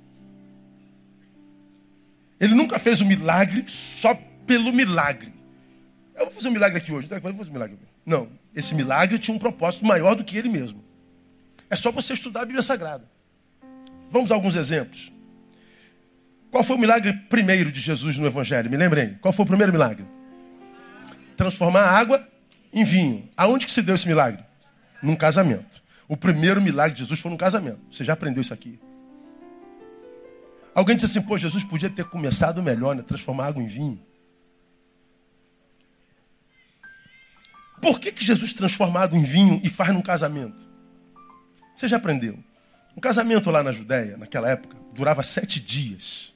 Ele nunca fez um milagre só pelo milagre. Eu vou fazer um milagre aqui hoje. Eu vou fazer um milagre. Não, esse milagre tinha um propósito maior do que ele mesmo. É só você estudar a Bíblia Sagrada. Vamos a alguns exemplos. Qual foi o milagre primeiro de Jesus no Evangelho? Me lembrem. Qual foi o primeiro milagre? Transformar a água em vinho. Aonde que se deu esse milagre? Num casamento. O primeiro milagre de Jesus foi num casamento. Você já aprendeu isso aqui. Alguém disse assim, pô, Jesus podia ter começado melhor, né? Transformar água em vinho. Por que, que Jesus transforma água em vinho e faz num casamento? Você já aprendeu. Um casamento lá na Judéia, naquela época, durava sete dias.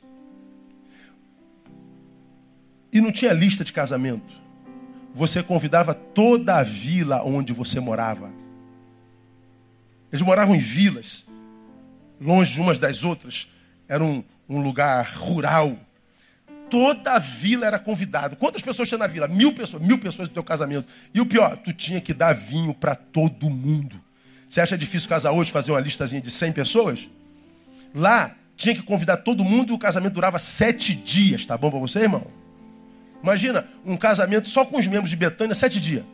E não tinha lista de casamento. Você convidava toda a vila onde você morava. Eles moravam em vilas, longe umas das outras. Era um, um lugar rural. Toda a vila era convidada. Quantas pessoas tinha na vila? Mil pessoas. Mil pessoas no teu casamento. E o pior, tu tinha que dar vinho para todo mundo. Você acha difícil casar hoje, fazer uma listazinha de cem pessoas? Lá, tinha que convidar todo mundo e o casamento durava sete dias. Tá bom para você, irmão? Imagina, um casamento só com os membros de Betânia, sete dias.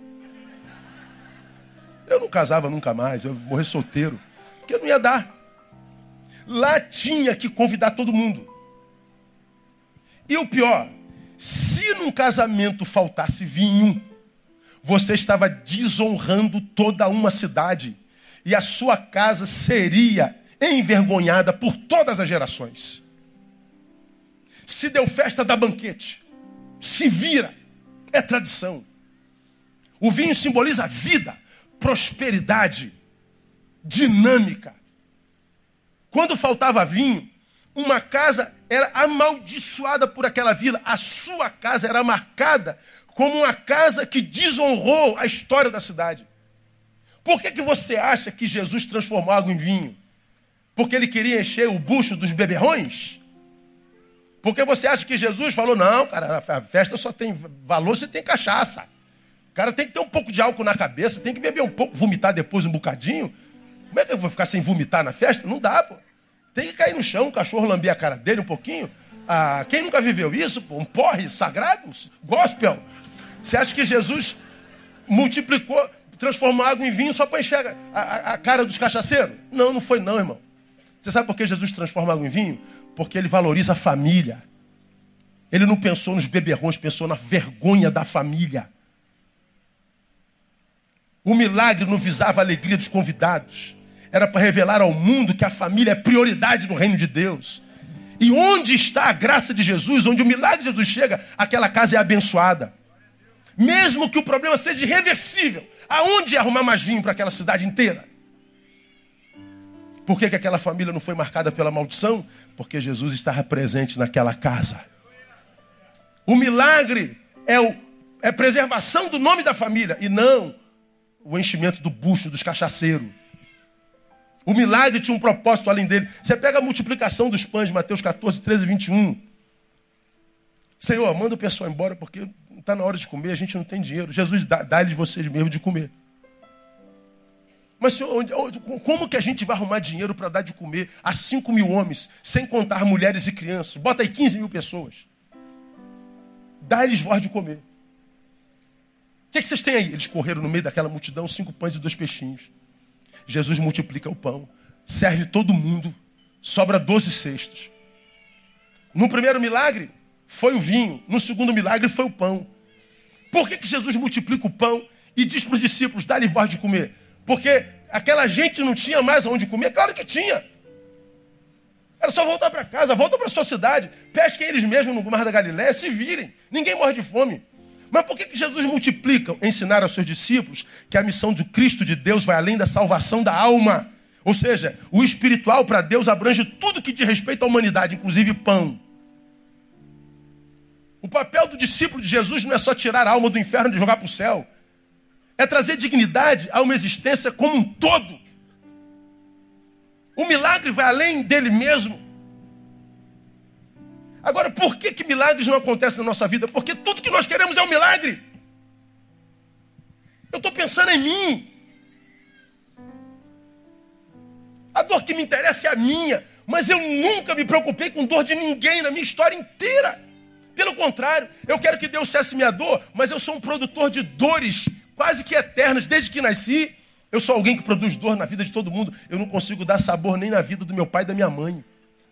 Eu não casava nunca mais. Eu morri solteiro. Porque não ia dar. Lá tinha que convidar todo mundo. E o pior, se num casamento faltasse vinho, você estava desonrando toda uma cidade. E a sua casa seria envergonhada por todas as gerações. Se deu festa, dá banquete. Se vira. É tradição. O vinho simboliza vida, prosperidade, dinâmica. Quando faltava vinho, uma casa era amaldiçoada por aquela vila. A sua casa era marcada como uma casa que desonrou a história da cidade. Por que, que você acha que Jesus transformou água em vinho? Porque ele queria encher o bucho dos beberrões? Porque você acha que Jesus falou, não, cara, a festa só tem valor se tem cachaça. O cara tem que ter um pouco de álcool na cabeça, tem que beber um pouco, vomitar depois um bocadinho. Como é que eu vou ficar sem vomitar na festa? Não dá, pô. Tem que cair no chão, o cachorro lamber a cara dele um pouquinho. Ah, quem nunca viveu isso, pô? Um porre sagrado, gospel. Você acha que Jesus multiplicou, transformou água em vinho só para enxergar a, a, a cara dos cachaceiros? Não, não foi não, irmão. Você sabe por que Jesus transforma água em vinho? Porque ele valoriza a família. Ele não pensou nos beberrões, pensou na vergonha da família. O milagre não visava a alegria dos convidados. Era para revelar ao mundo que a família é prioridade no reino de Deus. E onde está a graça de Jesus, onde o milagre de Jesus chega, aquela casa é abençoada. Mesmo que o problema seja irreversível, aonde arrumar mais vinho para aquela cidade inteira? Por que que aquela família não foi marcada pela maldição? Porque Jesus estava presente naquela casa. O milagre é, o, é a preservação do nome da família e não o enchimento do bucho dos cachaceiros. O milagre tinha um propósito além dele. Você pega a multiplicação dos pães de Mateus catorze, treze e vinte e um. Senhor, manda o pessoal embora porque está na hora de comer, a gente não tem dinheiro. Jesus dá, dá-lhes vocês mesmos de comer. Mas, Senhor, onde, onde, como que a gente vai arrumar dinheiro para dar de comer a cinco mil homens, sem contar mulheres e crianças? Bota aí quinze mil pessoas. Dá-lhes voz de comer. O que, que vocês têm aí? Eles correram no meio daquela multidão, cinco pães e dois peixinhos. Jesus multiplica o pão, serve todo mundo, sobra doze cestos. No primeiro milagre, foi o vinho. No segundo milagre, foi o pão. Por que, que Jesus multiplica o pão e diz para os discípulos, dá-lhe voz de comer? Porque aquela gente não tinha mais aonde comer? Claro que tinha. Era só voltar para casa, volta para a sua cidade, pesquem eles mesmos no Mar da Galileia, se virem. Ninguém morre de fome. Mas por que que Jesus multiplica? Ensinar aos seus discípulos que a missão do Cristo de Deus vai além da salvação da alma. Ou seja, o espiritual para Deus abrange tudo que diz respeito à humanidade, inclusive pão. O papel do discípulo de Jesus não é só tirar a alma do inferno e jogar para o céu. É trazer dignidade a uma existência como um todo. O milagre vai além dele mesmo. Agora, por que que milagres não acontecem na nossa vida? Porque tudo que nós queremos é um milagre. Eu estou pensando em mim. A dor que me interessa é a minha. Mas eu nunca me preocupei com dor de ninguém na minha história inteira. Pelo contrário, eu quero que Deus cesse minha dor, mas eu sou um produtor de dores quase que eternas. Desde que nasci, eu sou alguém que produz dor na vida de todo mundo. Eu não consigo dar sabor nem na vida do meu pai e da minha mãe.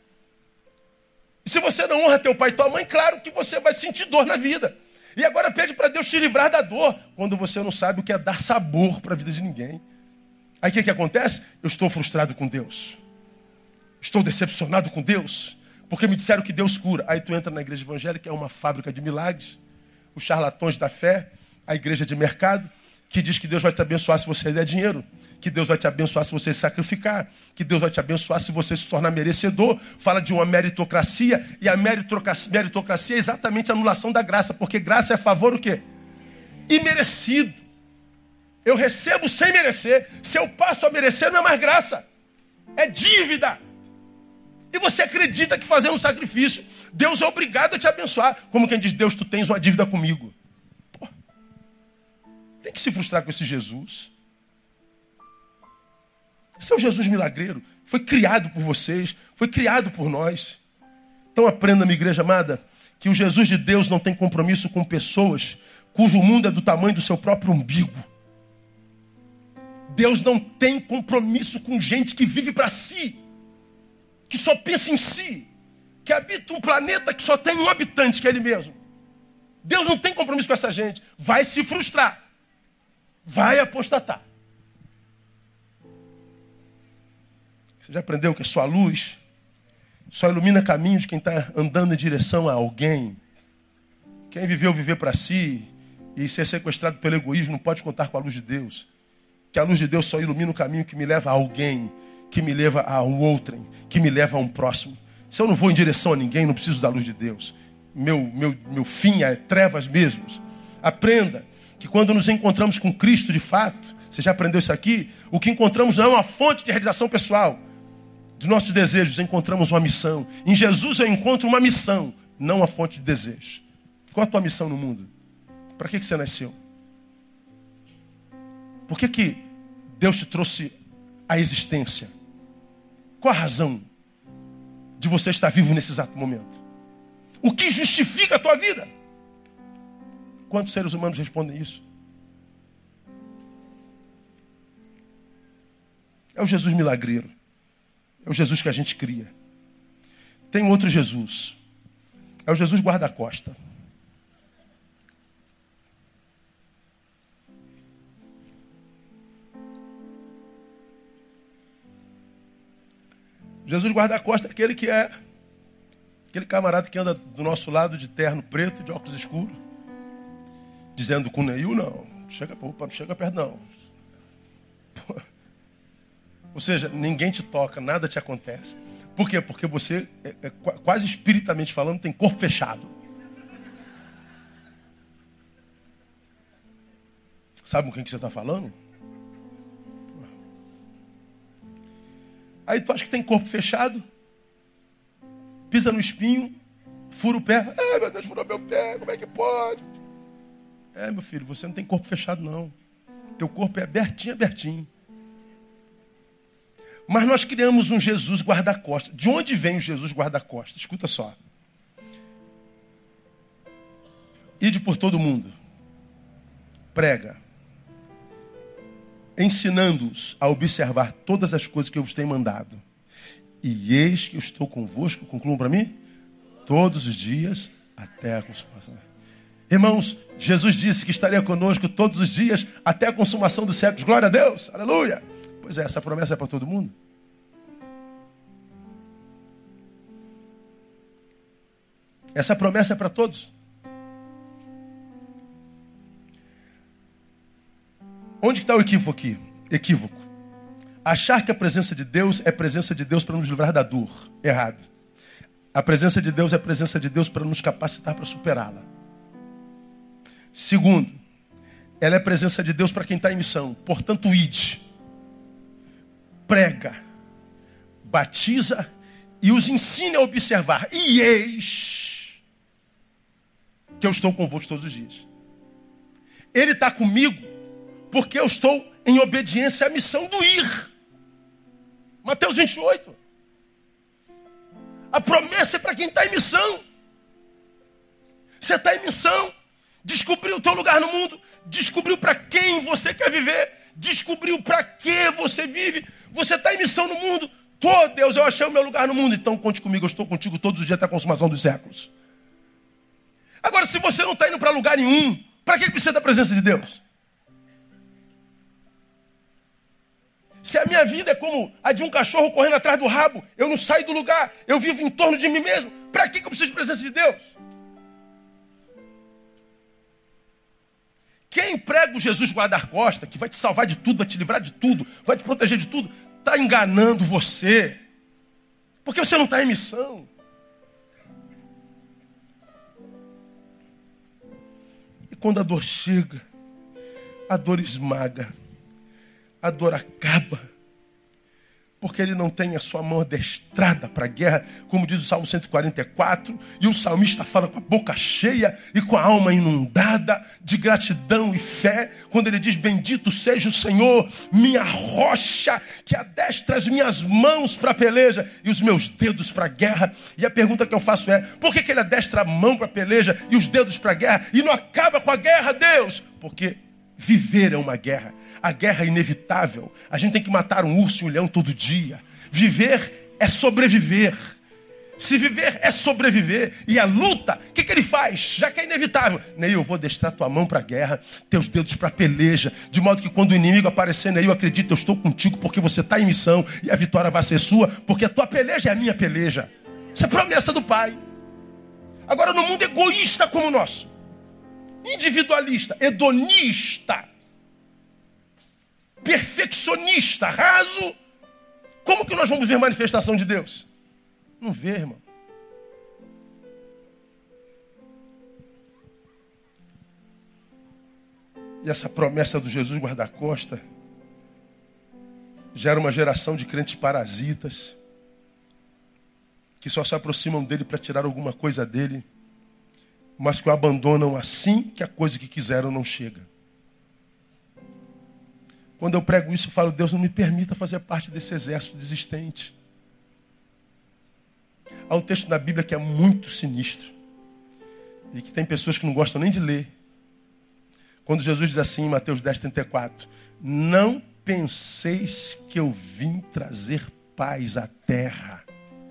E se você não honra teu pai e tua mãe, claro que você vai sentir dor na vida. E agora pede para Deus te livrar da dor, quando você não sabe o que é dar sabor para a vida de ninguém. Aí o que, que acontece? Eu estou frustrado com Deus. Estou decepcionado com Deus, porque me disseram que Deus cura. Aí tu entra na igreja evangélica, é uma fábrica de milagres. Os charlatões da fé, a igreja de mercado, que diz que Deus vai te abençoar se você der dinheiro, que Deus vai te abençoar se você se sacrificar, que Deus vai te abençoar se você se tornar merecedor. Fala de uma meritocracia, e a meritocracia, meritocracia é exatamente a anulação da graça, porque graça é favor o quê? Imerecido. Eu recebo sem merecer. Se eu passo a merecer, não é mais graça. É dívida. E você acredita que fazendo um sacrifício, Deus é obrigado a te abençoar. Como quem diz, Deus, tu tens uma dívida comigo. Pô, tem que se frustrar com esse Jesus. Esse é o Jesus milagreiro. Foi criado por vocês, foi criado por nós. Então aprenda, minha igreja amada, que o Jesus de Deus não tem compromisso com pessoas cujo mundo é do tamanho do seu próprio umbigo. Deus não tem compromisso com gente que vive para si, que só pensa em si, que habita um planeta que só tem um habitante, que é ele mesmo. Deus não tem compromisso com essa gente. Vai se frustrar. Vai apostatar. Você já aprendeu que a sua luz só ilumina caminho de quem está andando em direção a alguém? Quem viveu viver para si e ser sequestrado pelo egoísmo não pode contar com a luz de Deus. Que a luz de Deus só ilumina o caminho que me leva a alguém, que me leva a um outrem, que me leva a um próximo. Se eu não vou em direção a ninguém, não preciso da luz de Deus. Meu, meu, meu fim é trevas mesmos. Aprenda que quando nos encontramos com Cristo de fato, você já aprendeu isso aqui? O que encontramos não é uma fonte de realização pessoal dos nossos desejos, encontramos uma missão. Em Jesus eu encontro uma missão, não uma fonte de desejos. Qual a tua missão no mundo? Para que que você nasceu? Por que que Deus te trouxe à existência? Qual a razão de você estar vivo nesse exato momento? O que justifica a tua vida? Quantos seres humanos respondem isso? É o Jesus milagreiro. É o Jesus que a gente cria. Tem outro Jesus. É o Jesus guarda-costa. Jesus guarda-costa é aquele que é aquele camarada que anda do nosso lado de terno preto, de óculos escuros, dizendo com o Neil, não, chega, opa, não chega perto não. Pô. Ou seja, ninguém te toca, nada te acontece. Por quê? Porque você, é, é, quase espiritamente falando, tem corpo fechado. Sabe com quem que você está falando? Aí tu acha que tem corpo fechado, pisa no espinho, fura o pé. Ai, meu Deus, furou meu pé, como é que pode? É, meu filho, você não tem corpo fechado, não. Teu corpo é abertinho, abertinho. Mas nós criamos um Jesus guarda-costas. De onde vem o Jesus guarda-costas? Escuta só. Ide por todo mundo. Prega. Ensinando-os a observar todas as coisas que eu vos tenho mandado. E eis que eu estou convosco, concluam para mim, todos os dias até a consumação. Irmãos, Jesus disse que estaria conosco todos os dias até a consumação dos séculos. Glória a Deus, aleluia. Pois é, essa promessa é para todo mundo. Essa promessa é para todos. Onde está o equívoco aqui? Equívoco. Achar que a presença de Deus é presença de Deus para nos livrar da dor. Errado. A presença de Deus é a presença de Deus para nos capacitar para superá-la. Segundo, ela é a presença de Deus para quem está em missão. Portanto, ide. Prega. Batiza e os ensine a observar. E eis que eu estou convosco todos os dias. Ele está comigo porque eu estou em obediência à missão do ir. Mateus vinte e oito. A promessa é para quem está em missão. Você está em missão. Descobriu o teu lugar no mundo. Descobriu para quem você quer viver. Descobriu para que você vive. Você está em missão no mundo. Tô, Deus, eu achei o meu lugar no mundo. Então conte comigo, eu estou contigo todos os dias até a consumação dos séculos. Agora, se você não está indo para lugar nenhum, para que precisa da presença de Deus? Se a minha vida é como a de um cachorro correndo atrás do rabo, eu não saio do lugar, eu vivo em torno de mim mesmo, para que eu preciso de presença de Deus? Quem prega o Jesus guarda-costa, que vai te salvar de tudo, vai te livrar de tudo, vai te proteger de tudo, está enganando você. Porque você não está em missão. E quando a dor chega, a dor esmaga. A dor acaba, porque ele não tem a sua mão adestrada para a guerra, como diz o Salmo cento e quarenta e quatro, e o salmista fala com a boca cheia e com a alma inundada de gratidão e fé, quando ele diz, bendito seja o Senhor, minha rocha, que adestra as minhas mãos para a peleja e os meus dedos para a guerra. E a pergunta que eu faço é, por que, que ele adestra a mão para a peleja e os dedos para a guerra e não acaba com a guerra, Deus? Porque viver é uma guerra. A guerra é inevitável. A gente tem que matar um urso e um leão todo dia. Viver é sobreviver. Se viver é sobreviver. E a luta, o que, que ele faz? Já que é inevitável. Neil, eu vou adestrar tua mão para a guerra, teus dedos para a peleja, de modo que quando o inimigo aparecer, Neil, acredita, eu estou contigo porque você está em missão e a vitória vai ser sua, porque a tua peleja é a minha peleja. Isso é promessa do Pai. Agora, no mundo egoísta como o nosso, individualista, hedonista, perfeccionista, raso, como que nós vamos ver manifestação de Deus? Não vê, irmão. E essa promessa do Jesus guarda-costa gera uma geração de crentes parasitas que só se aproximam dele para tirar alguma coisa dele, mas que o abandonam assim que a coisa que quiseram não chega. Quando eu prego isso, eu falo, Deus, não me permita fazer parte desse exército desistente. Há um texto na Bíblia que é muito sinistro e que tem pessoas que não gostam nem de ler. Quando Jesus diz assim em Mateus dez, trinta e quatro, não penseis que eu vim trazer paz à terra.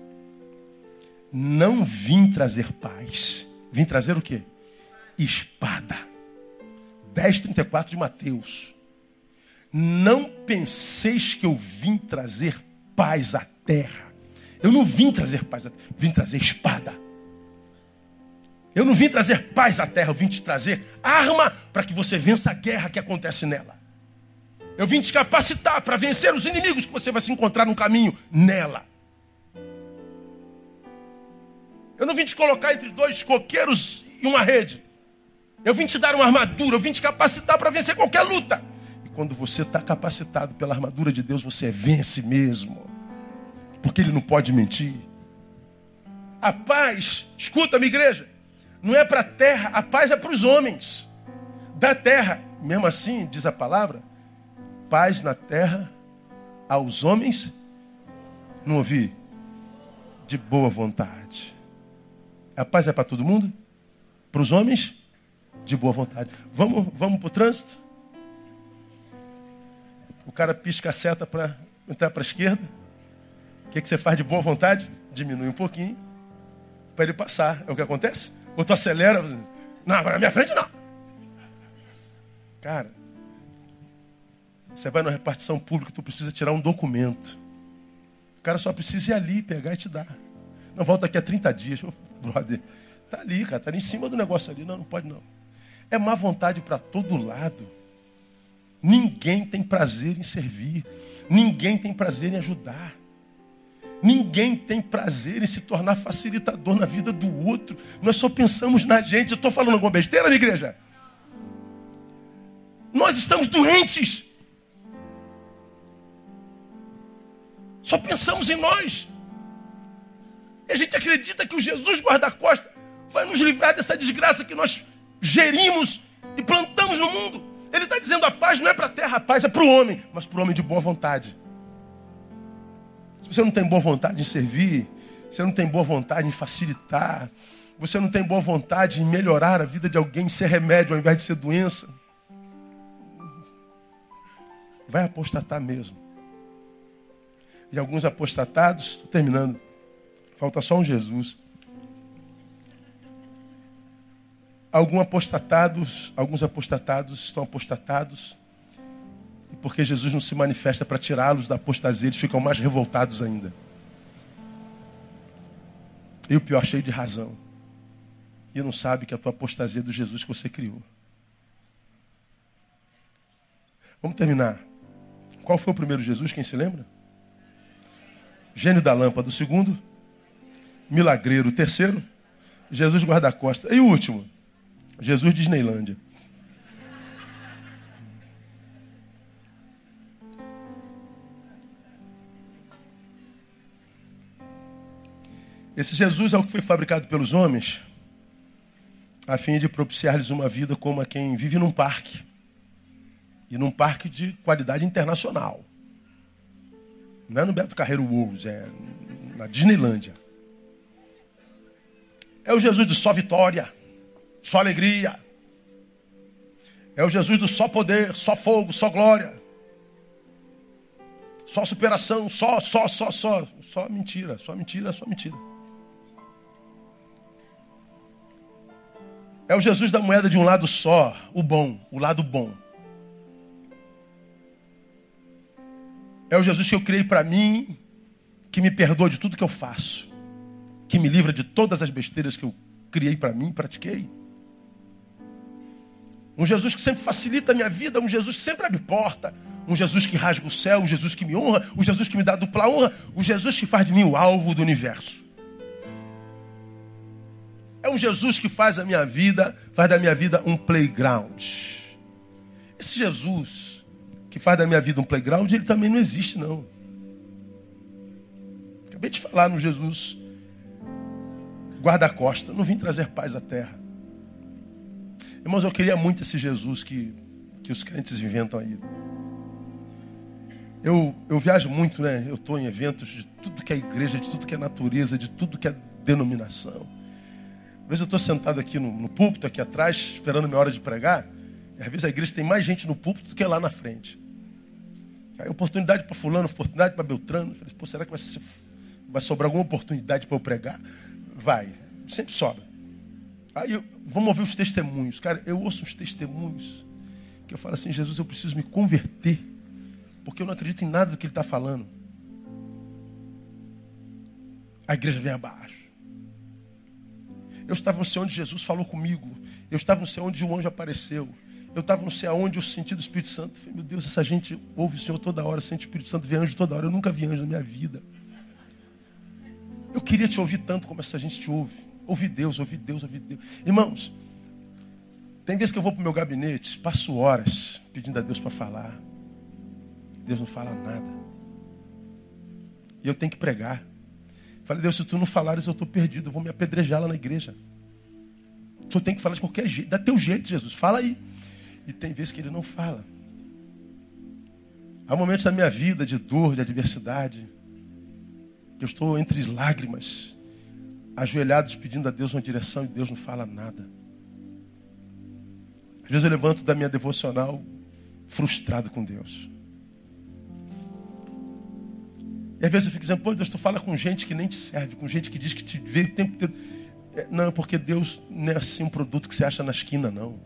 Não vim trazer paz. Vim trazer o quê? Espada. dez, trinta e quatro de Mateus. Não penseis que eu vim trazer paz à terra. Eu não vim trazer paz à terra. Vim trazer espada. Eu não vim trazer paz à terra. Eu vim te trazer arma para que você vença a guerra que acontece nela. Eu vim te capacitar para vencer os inimigos que você vai se encontrar no caminho nela. Eu não vim te colocar entre dois coqueiros e uma rede. Eu vim te dar uma armadura. Eu vim te capacitar para vencer qualquer luta. E quando você está capacitado pela armadura de Deus, você vence mesmo. Porque Ele não pode mentir. A paz, escuta-me, igreja, não é para a terra, a paz é para os homens. Da terra, mesmo assim, diz a palavra, paz na terra aos homens, não ouvi, de boa vontade. A paz é para todo mundo? Para os homens? De boa vontade. Vamos, vamos para o trânsito? O cara pisca a seta para entrar para a esquerda. O que, que você faz de boa vontade? Diminui um pouquinho para ele passar. É o que acontece? Ou tu acelera? Não, na minha frente não. Cara, você vai na repartição pública, tu precisa tirar um documento. O cara só precisa ir ali, pegar e te dar. Não, volta daqui a trinta dias. Oh, brother, tá ali, cara, tá ali em cima do negócio ali. Não, não pode não. É má vontade para todo lado. Ninguém tem prazer em servir. Ninguém tem prazer em ajudar. Ninguém tem prazer em se tornar facilitador na vida do outro. Nós só pensamos na gente. Eu estou falando alguma besteira, minha igreja? Nós estamos doentes. Só pensamos em nós. E a gente acredita que o Jesus guarda-costas vai nos livrar dessa desgraça que nós gerimos e plantamos no mundo. Ele está dizendo a paz não é para a terra, a paz é para o homem, mas para o homem de boa vontade. Se você não tem boa vontade em servir, você não tem boa vontade em facilitar, você não tem boa vontade em melhorar a vida de alguém, em ser remédio ao invés de ser doença, vai apostatar mesmo. E alguns apostatados, estou terminando, falta só um Jesus. Alguns apostatados, alguns apostatados estão apostatados, e porque Jesus não se manifesta para tirá-los da apostasia, eles ficam mais revoltados ainda. E o pior, cheio de razão. E não sabe que a tua apostasia é do Jesus que você criou. Vamos terminar. Qual foi o primeiro Jesus? Quem se lembra? Gênio da lâmpada. O segundo? Milagreiro. O terceiro? Jesus guarda-costas. E o último? Jesus Disneylândia. Esse Jesus é o que foi fabricado pelos homens a fim de propiciar-lhes uma vida como a quem vive num parque. E num parque de qualidade internacional. Não é no Beto Carreiro World, é na Disneylândia. É o Jesus do só vitória, só alegria. É o Jesus do só poder, só fogo, só glória. Só superação, só, só, só, só. Só mentira, só mentira, só mentira. É o Jesus da moeda de um lado só, o bom, o lado bom. É o Jesus que eu criei para mim, que me perdoa de tudo que eu faço, que me livra de todas as besteiras que eu criei para mim e pratiquei. Um Jesus que sempre facilita a minha vida, um Jesus que sempre abre porta, um Jesus que rasga o céu, um Jesus que me honra, um Jesus que me dá dupla honra, um Jesus que faz de mim o alvo do universo. É um Jesus que faz a minha vida, faz da minha vida um playground. Esse Jesus que faz da minha vida um playground, ele também não existe, não. Acabei de falar no Jesus guarda-costa. Não vim trazer paz à terra. Irmãos, eu queria muito esse Jesus que, que os crentes inventam aí. Eu, eu viajo muito, né? Eu estou em eventos de tudo que é igreja, de tudo que é natureza, de tudo que é denominação. Às vezes eu estou sentado aqui no, no púlpito, aqui atrás, esperando a minha hora de pregar. E às vezes a igreja tem mais gente no púlpito do que lá na frente. Aí oportunidade para fulano, oportunidade para Beltrano. Eu falei, pô, será que vai, ser, vai sobrar alguma oportunidade para eu pregar? Vai, sempre sobra. Aí eu, vamos ouvir os testemunhos. Cara, eu ouço os testemunhos que eu falo assim, Jesus, eu preciso me converter, porque eu não acredito em nada do que ele está falando. A igreja vem abaixo. Eu estava não sei onde Jesus falou comigo. Eu estava não sei onde o anjo apareceu. Eu estava não sei aonde eu senti do Espírito Santo. Eu falei, meu Deus, essa gente ouve o Senhor toda hora, sente o Espírito Santo, vê anjo toda hora. Eu nunca vi anjo na minha vida. Eu queria te ouvir tanto como essa gente te ouve. Ouvir Deus, ouvir Deus, ouvir Deus. Irmãos, tem vezes que eu vou para o meu gabinete, passo horas pedindo a Deus para falar. Deus não fala nada. E eu tenho que pregar. Falei, Deus, se tu não falares, eu estou perdido. Eu vou me apedrejar lá na igreja. O Senhor tem que falar de qualquer jeito. Dá teu jeito, Jesus. Fala aí. E tem vezes que ele não fala. Há momentos da minha vida de dor, de adversidade, que eu estou entre lágrimas, ajoelhados pedindo a Deus uma direção e Deus não fala nada. Às vezes eu levanto da minha devocional frustrado com Deus. E às vezes eu fico dizendo, pô, Deus, tu fala com gente que nem te serve, com gente que diz que te vê o tempo inteiro. Não, porque Deus não é assim um produto que você acha na esquina, não.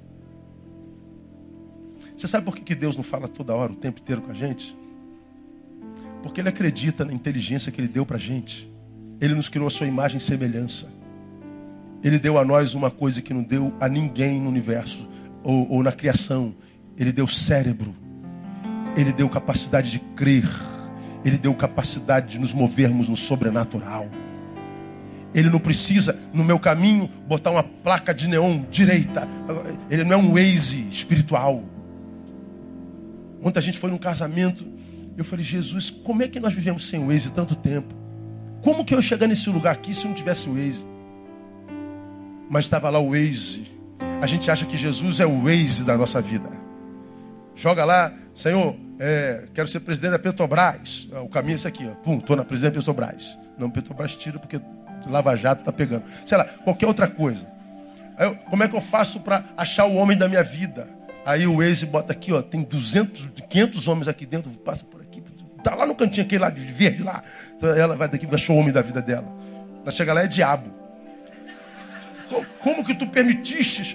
Você sabe por que Deus não fala toda hora, o tempo inteiro com a gente? Porque Ele acredita na inteligência que Ele deu pra gente. Ele nos criou a sua imagem e semelhança. Ele deu a nós uma coisa que não deu a ninguém no universo ou, ou na criação. Ele deu cérebro. Ele deu capacidade de crer. Ele deu capacidade de nos movermos no sobrenatural. Ele não precisa, no meu caminho, botar uma placa de neon direita. Ele não é um Waze espiritual. Ontem a gente foi num casamento, eu falei, Jesus, como é que nós vivemos sem o Waze tanto tempo? Como que eu ia chegar nesse lugar aqui se não tivesse o Waze? Mas estava lá o Waze. A gente acha que Jesus é o Waze da nossa vida. Joga lá, Senhor, é, quero ser presidente da Petrobras. O caminho é esse aqui, ó. Pum, estou na presidente da Petrobras. Não, Petrobras tira porque Lava Jato está pegando. Sei lá, qualquer outra coisa. Aí eu, como é que eu faço para achar o homem da minha vida? Aí o Waze bota aqui, ó, tem duzentos, quinhentos homens aqui dentro, passa por aqui, tá lá no cantinho aquele lá de verde lá. Então ela vai daqui e achou o homem da vida dela. Ela chega lá, é diabo. Como, como que tu permitiste?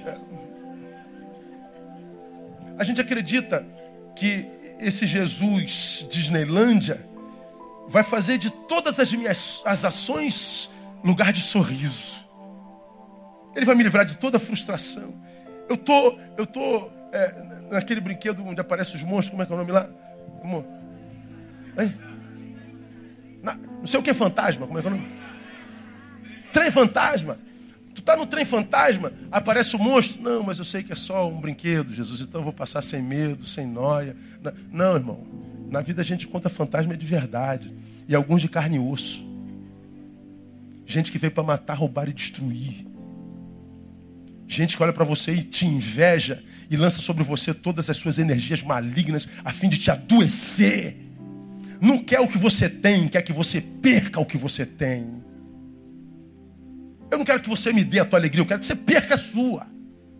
A gente acredita que esse Jesus Disneylândia vai fazer de todas as minhas as ações lugar de sorriso. Ele vai me livrar de toda a frustração. Eu tô, eu tô é, naquele brinquedo onde aparecem os monstros, como é que é o nome lá? Como? Hein? Na, não sei o que é fantasma, como é que é o nome? Trem fantasma. Tu tá no trem fantasma, aparece o monstro. Não, mas eu sei que é só um brinquedo, Jesus, então eu vou passar sem medo, sem nóia. Não, irmão. Na vida a gente conta fantasma de verdade. E alguns de carne e osso. Gente que veio para matar, roubar e destruir. Gente que olha para você e te inveja e lança sobre você todas as suas energias malignas a fim de te adoecer. Não quer o que você tem, quer que você perca o que você tem. Eu não quero que você me dê a tua alegria, eu quero que você perca a sua.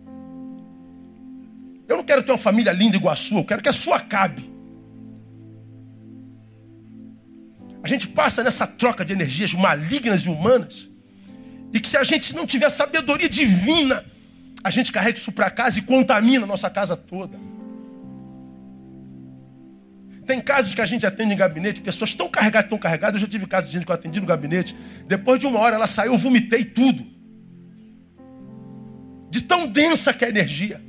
Eu não quero ter uma família linda igual a sua, eu quero que a sua acabe. A gente passa nessa troca de energias malignas e humanas, e que se a gente não tiver sabedoria divina, a gente carrega isso para casa e contamina a nossa casa toda. Tem casos que a gente atende em gabinete, pessoas tão carregadas, tão carregadas. Eu já tive casos de gente que eu atendi no gabinete. Depois de uma hora ela saiu, eu vomitei tudo. De tão densa que é a energia.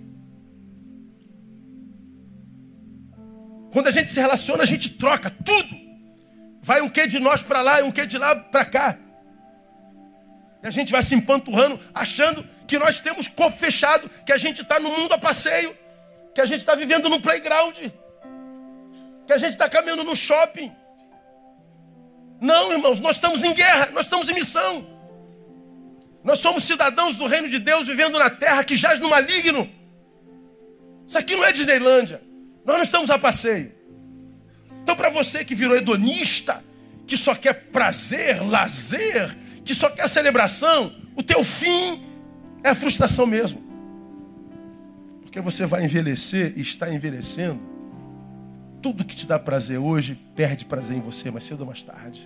Quando a gente se relaciona, a gente troca tudo. Vai um quê de nós para lá e um quê de lá para cá. E a gente vai se empanturrando, achando que nós temos corpo fechado, que a gente está no mundo a passeio, que a gente está vivendo no playground, que a gente está caminhando no shopping. Não, irmãos, nós estamos em guerra, nós estamos em missão. Nós somos cidadãos do reino de Deus vivendo na terra que jaz no maligno. Isso aqui não é Disneylândia. Nós não estamos a passeio. Então, para você que virou hedonista, que só quer prazer, lazer, que só quer celebração, o teu fim é a frustração mesmo. Porque você vai envelhecer e está envelhecendo tudo que te dá prazer hoje perde prazer em você, mais cedo ou mais tarde.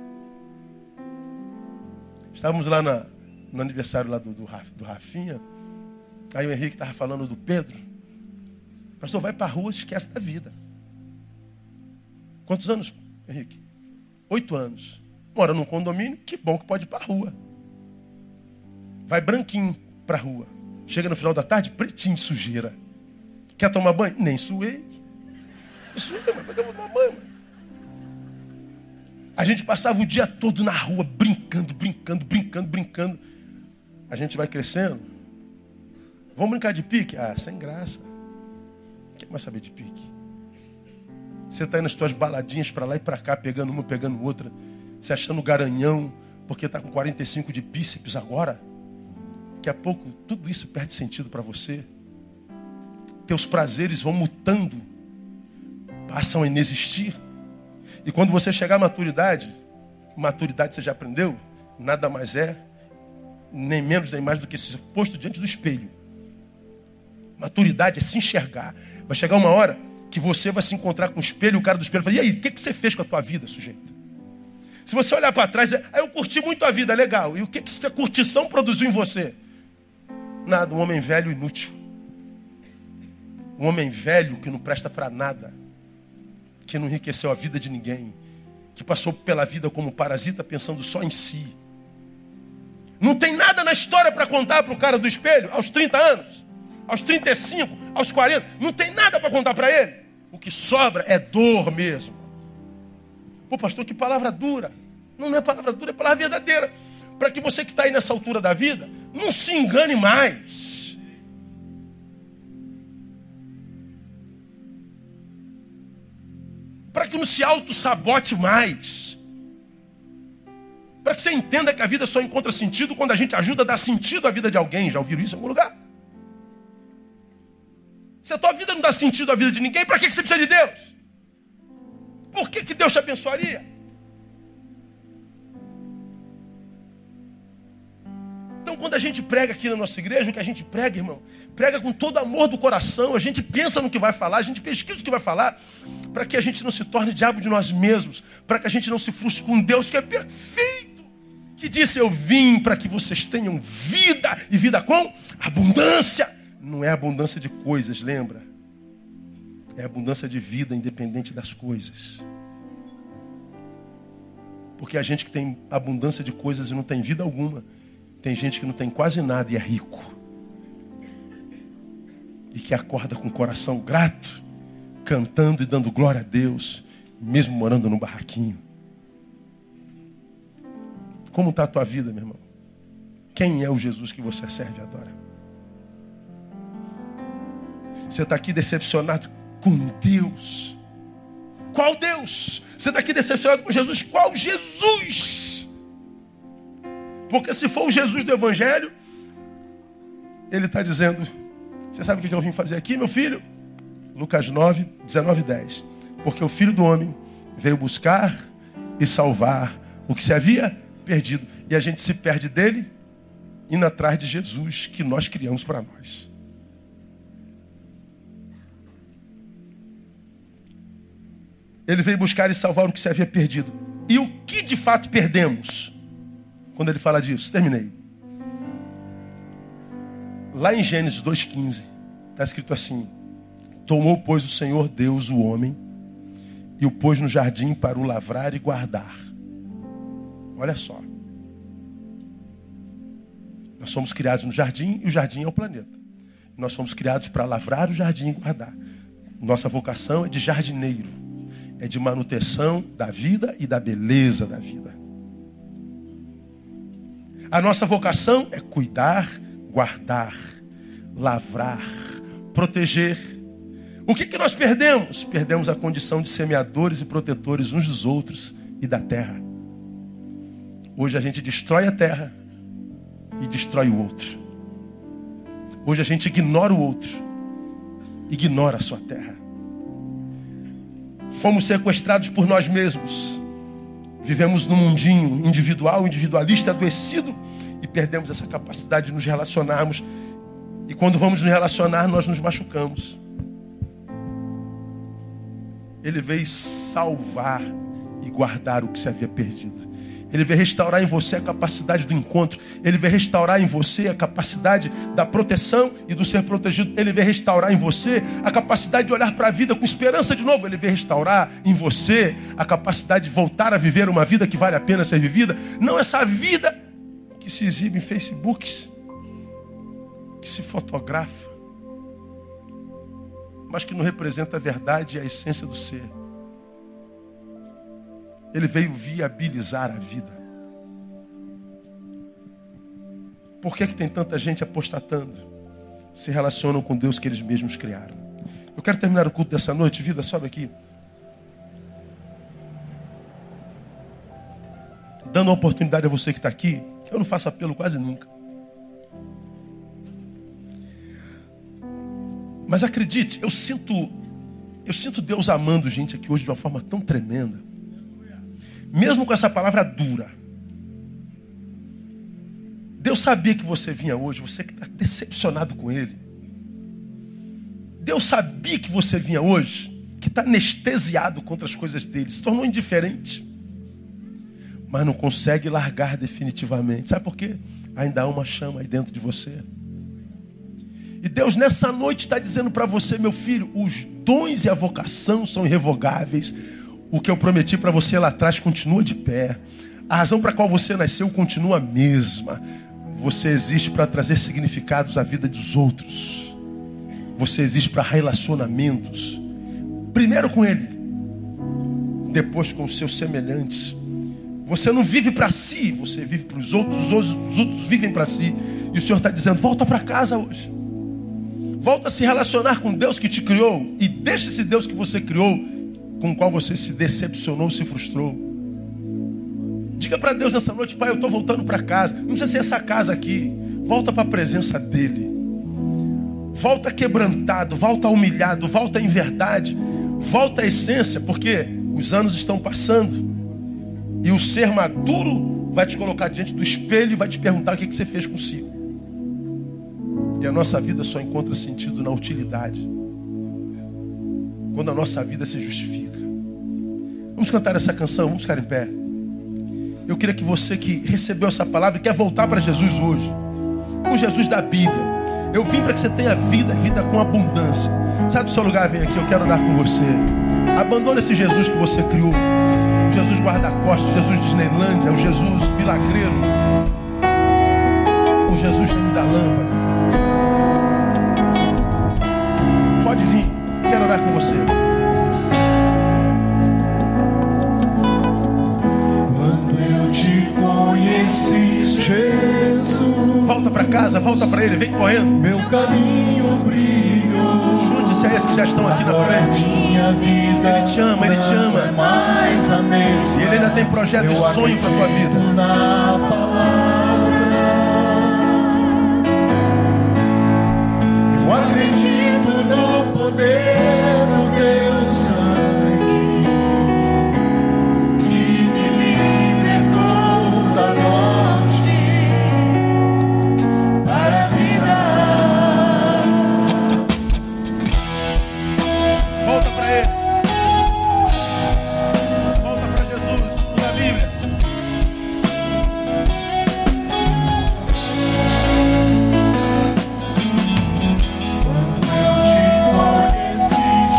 Estávamos lá na, no aniversário lá do, do, do Rafinha. Aí o Henrique estava falando do Pedro. Pastor, vai para a rua, esquece da vida. Quantos anos, Henrique? Oito anos. Mora num condomínio, que bom que pode ir para a rua. Vai branquinho para a rua. Chega no final da tarde, pretinho de sujeira. Quer tomar banho? Nem suei. Nem suei, mas por que eu vou tomar banho? Mano? A gente passava o dia todo na rua, brincando, brincando, brincando, brincando. A gente vai crescendo. Vamos brincar de pique? Ah, sem graça. Quem mais saber de pique? Você está indo nas suas baladinhas para lá e para cá, pegando uma, pegando outra. Se achando garanhão, porque está com quarenta e cinco de bíceps agora. Daqui a pouco, tudo isso perde sentido para você. Teus prazeres vão mutando. Passam a inexistir. E quando você chegar à maturidade, maturidade você já aprendeu, nada mais é, nem menos nem mais do que ser posto diante do espelho. Maturidade é se enxergar. Vai chegar uma hora que você vai se encontrar com o espelho, e o cara do espelho vai falar, e aí, o que, que você fez com a tua vida, sujeito? Se você olhar para trás, é, ah, eu curti muito a vida, legal. E o que, que essa curtição produziu em você? Nada, um homem velho inútil. Um homem velho que não presta para nada. Que não enriqueceu a vida de ninguém. Que passou pela vida como parasita pensando só em si. Não tem nada na história para contar para o cara do espelho aos trinta anos. Aos trinta e cinco, aos quarenta, não tem nada para contar para ele. O que sobra é dor mesmo. Pô, pastor, que palavra dura. Não é palavra dura, é palavra verdadeira. Para que você que está aí nessa altura da vida, não se engane mais. Para que não se auto-sabote mais. Para que você entenda que a vida só encontra sentido quando a gente ajuda a dar sentido à vida de alguém. Já ouviram isso em algum lugar? Se a tua vida não dá sentido à vida de ninguém, para que você precisa de Deus? Por que, que Deus te abençoaria? Então, quando a gente prega aqui na nossa igreja, o que a gente prega, irmão, prega com todo amor do coração, a gente pensa no que vai falar, a gente pesquisa o que vai falar, para que a gente não se torne diabo de nós mesmos, para que a gente não se frustre com Deus, que é perfeito, que disse, eu vim para que vocês tenham vida, e vida com abundância. Não é abundância de coisas, lembra? É abundância de vida, independente das coisas. Porque a gente que tem abundância de coisas e não tem vida alguma, tem gente que não tem quase nada e é rico. E que acorda com o coração grato, cantando e dando glória a Deus, mesmo morando num barraquinho. Como está a tua vida, meu irmão? Quem é o Jesus que você serve e adora? Você está aqui decepcionado com Deus. Qual Deus? Você está aqui decepcionado com Jesus. Qual Jesus? Porque se for o Jesus do Evangelho, ele está dizendo, você sabe o que eu vim fazer aqui, meu filho? Lucas nove, dezenove e dez. Porque o Filho do Homem veio buscar e salvar o que se havia perdido. E a gente se perde dele indo atrás de Jesus que nós criamos para nós. Ele veio buscar e salvar o que se havia perdido. E o que de fato perdemos? Quando ele fala disso, terminei. Lá em Gênesis dois, quinze, está escrito assim: tomou, pois, o Senhor Deus o homem e o pôs no jardim para o lavrar e guardar. Olha só. Nós somos criados no jardim e o jardim é o planeta. Nós somos criados para lavrar o jardim e guardar. Nossa vocação é de jardineiro. É de manutenção da vida e da beleza da vida. A nossa vocação é cuidar, guardar, lavrar, proteger. O que, que nós perdemos? Perdemos a condição de semeadores e protetores uns dos outros e da terra. Hoje a gente destrói a terra e destrói o outro. Hoje a gente ignora o outro, ignora a sua terra. Fomos sequestrados por nós mesmos. Vivemos num mundinho individual, individualista, adoecido, e perdemos essa capacidade de nos relacionarmos. E quando vamos nos relacionar, nós nos machucamos. Ele veio salvar e guardar o que se havia perdido. Ele veio restaurar em você a capacidade do encontro. Ele veio restaurar em você a capacidade da proteção e do ser protegido. Ele veio restaurar em você a capacidade de olhar para a vida com esperança de novo. Ele veio restaurar em você a capacidade de voltar a viver uma vida que vale a pena ser vivida. Não essa vida que se exibe em Facebooks, que se fotografa, mas que não representa a verdade e a essência do ser. Ele veio viabilizar a vida. Por que que tem tanta gente apostatando? Se relacionam com Deus que eles mesmos criaram. Eu quero terminar o culto dessa noite. Vida, sobe aqui. Dando uma oportunidade a você que está aqui. Eu não faço apelo quase nunca. Mas acredite, eu sinto, eu sinto Deus amando gente aqui hoje de uma forma tão tremenda. Mesmo com essa palavra dura. Deus sabia que você vinha hoje, você que está decepcionado com Ele. Deus sabia que você vinha hoje, que está anestesiado contra as coisas dele, se tornou indiferente. Mas não consegue largar definitivamente. Sabe por quê? Ainda há uma chama aí dentro de você. E Deus nessa noite está dizendo para você, meu filho, os dons e a vocação são irrevogáveis. O que eu prometi para você lá atrás continua de pé. A razão para a qual você nasceu continua a mesma. Você existe para trazer significados à vida dos outros. Você existe para relacionamentos. Primeiro com Ele, depois com os seus semelhantes. Você não vive para si, você vive para os outros, os outros, os outros vivem para si. E o Senhor está dizendo, volta para casa hoje. Volta a se relacionar com Deus que te criou. E deixa esse Deus que você criou, com o qual você se decepcionou, se frustrou. Diga para Deus nessa noite, Pai, eu estou voltando para casa. Não precisa ser essa casa aqui. Volta para a presença dEle. Volta quebrantado, volta humilhado, volta em verdade. Volta à essência, porque os anos estão passando. E o ser maduro vai te colocar diante do espelho e vai te perguntar o que você fez consigo. E a nossa vida só encontra sentido na utilidade. Quando a nossa vida se justifica. Vamos cantar essa canção, vamos ficar em pé. Eu queria que você que recebeu essa palavra e quer voltar para Jesus hoje, o Jesus da Bíblia. Eu vim para que você tenha vida, vida com abundância. Sai do seu lugar, vem aqui, eu quero orar com você. Abandona esse Jesus que você criou. O Jesus guarda-costas, o Jesus Disneylândia, o Jesus milagreiro, o Jesus gênio da lâmpada. Pode vir, quero orar com você. Quando eu te conheci, Jesus, volta para casa, volta para Ele, vem correndo. Meu caminho brilhou. Junte-se a esses que já estão aqui na frente. Minha vida Ele te ama, Ele te ama. é mais a mesma. E Ele ainda tem projeto e sonho para a tua vida. Na palavra, eu acredito no poder do teu sangue, que me libertou da morte para a vida. Volta para Ele. Volta para Jesus, na Bíblia. Quando eu te conheci,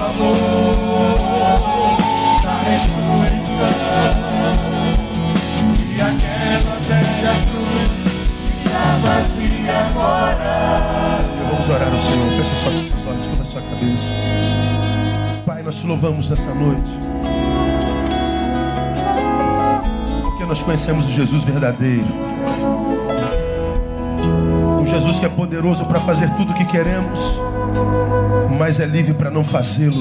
amor da ressurreição. E aquela velha cruz está vazia agora. Vamos orar ao Senhor. Feche só seus olhos, cubra a sua cabeça. Pai, nós te louvamos nessa noite, porque nós conhecemos o Jesus verdadeiro, um Jesus que é poderoso para fazer tudo o que queremos, mas é livre para não fazê-lo.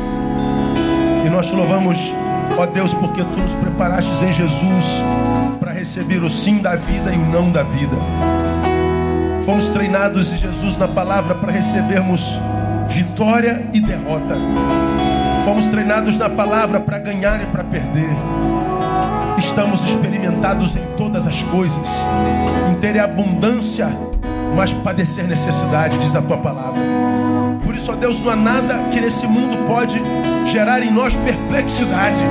E nós te louvamos, ó Deus, porque tu nos preparastes em Jesus para receber o sim da vida e o não da vida. Fomos treinados em Jesus na palavra para recebermos vitória e derrota. Fomos treinados na palavra para ganhar e para perder. Estamos experimentados em todas as coisas, em ter abundância, mas padecer necessidade, diz a tua palavra. Por isso, ó Deus, não há nada que nesse mundo pode gerar em nós perplexidade.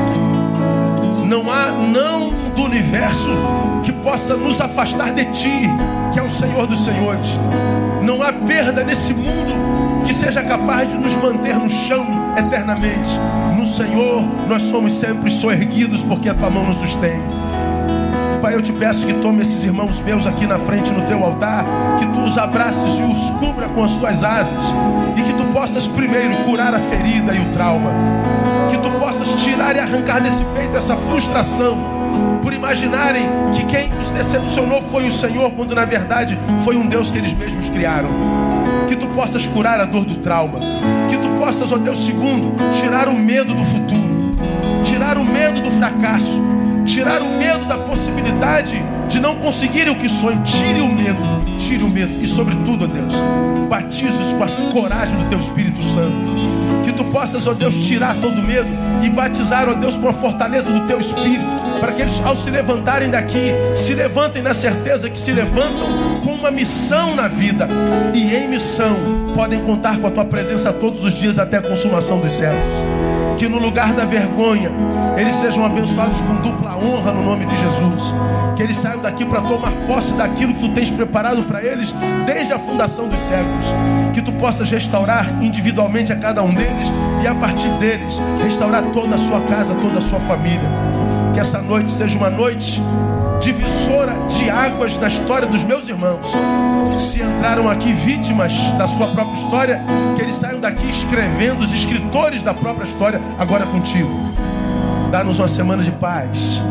Não há não do universo que possa nos afastar de Ti, que é o Senhor dos Senhores. Não há perda nesse mundo que seja capaz de nos manter no chão eternamente. No Senhor nós somos sempre soerguidos, porque a Tua mão nos sustém. Pai, eu te peço que tome esses irmãos meus aqui na frente no Teu altar, que Tu os abraces e os cubra com as Tuas asas, e que Tu possas primeiro curar a ferida e o trauma, que Tu possas tirar e arrancar desse peito essa frustração por imaginarem que quem os decepcionou foi o Senhor, quando na verdade foi um Deus que eles mesmos criaram. Que Tu possas curar a dor do trauma, que Tu possas, ó Deus, segundo, tirar o medo do futuro, tirar o medo do fracasso, tirar o medo da possibilidade de não conseguirem o que sonham. Tire o medo, tire o medo. E sobretudo, ó Deus, batize-os com a coragem do Teu Espírito Santo. Que Tu possas, ó Deus, tirar todo o medo e batizar, ó Deus, com a fortaleza do Teu Espírito, para que eles, ao se levantarem daqui, se levantem na certeza que se levantam com uma missão na vida, e em missão podem contar com a Tua presença todos os dias até a consumação dos séculos. Que no lugar da vergonha eles sejam abençoados com dupla honra no nome de Jesus. Que eles saiam daqui para tomar posse daquilo que Tu tens preparado para eles desde a fundação dos séculos. Que Tu possas restaurar individualmente a cada um deles, e a partir deles restaurar toda a sua casa, toda a sua família. Que essa noite seja uma noite divisora de águas na história dos meus irmãos. Se entraram aqui vítimas da sua própria história, que eles saiam daqui escrevendo, os escritores da própria história, agora contigo. Dá-nos uma semana de paz.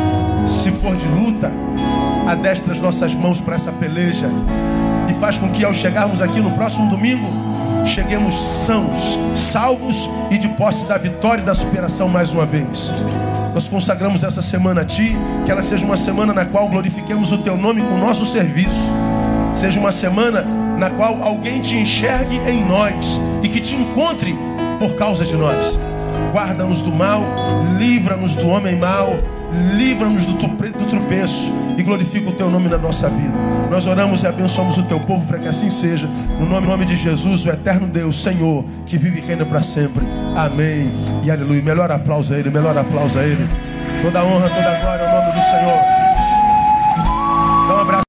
Se for de luta, adestra as nossas mãos para essa peleja, e faz com que, ao chegarmos aqui no próximo domingo, cheguemos sãos, salvos e de posse da vitória e da superação mais uma vez. Nós consagramos essa semana a Ti, que ela seja uma semana na qual glorifiquemos o Teu nome com o nosso serviço. Seja uma semana na qual alguém Te enxergue em nós e que Te encontre por causa de nós. Guarda-nos do mal, livra-nos do homem mau, livra-nos do, do tropeço e glorifica o Teu nome na nossa vida. Nós oramos e abençoamos o Teu povo para que assim seja. No nome, nome de Jesus, o eterno Deus, Senhor, que vive e reina para sempre. Amém e aleluia. Melhor aplauso a Ele, melhor aplauso a Ele. Toda honra, toda glória ao nome do Senhor. Dá um abraço.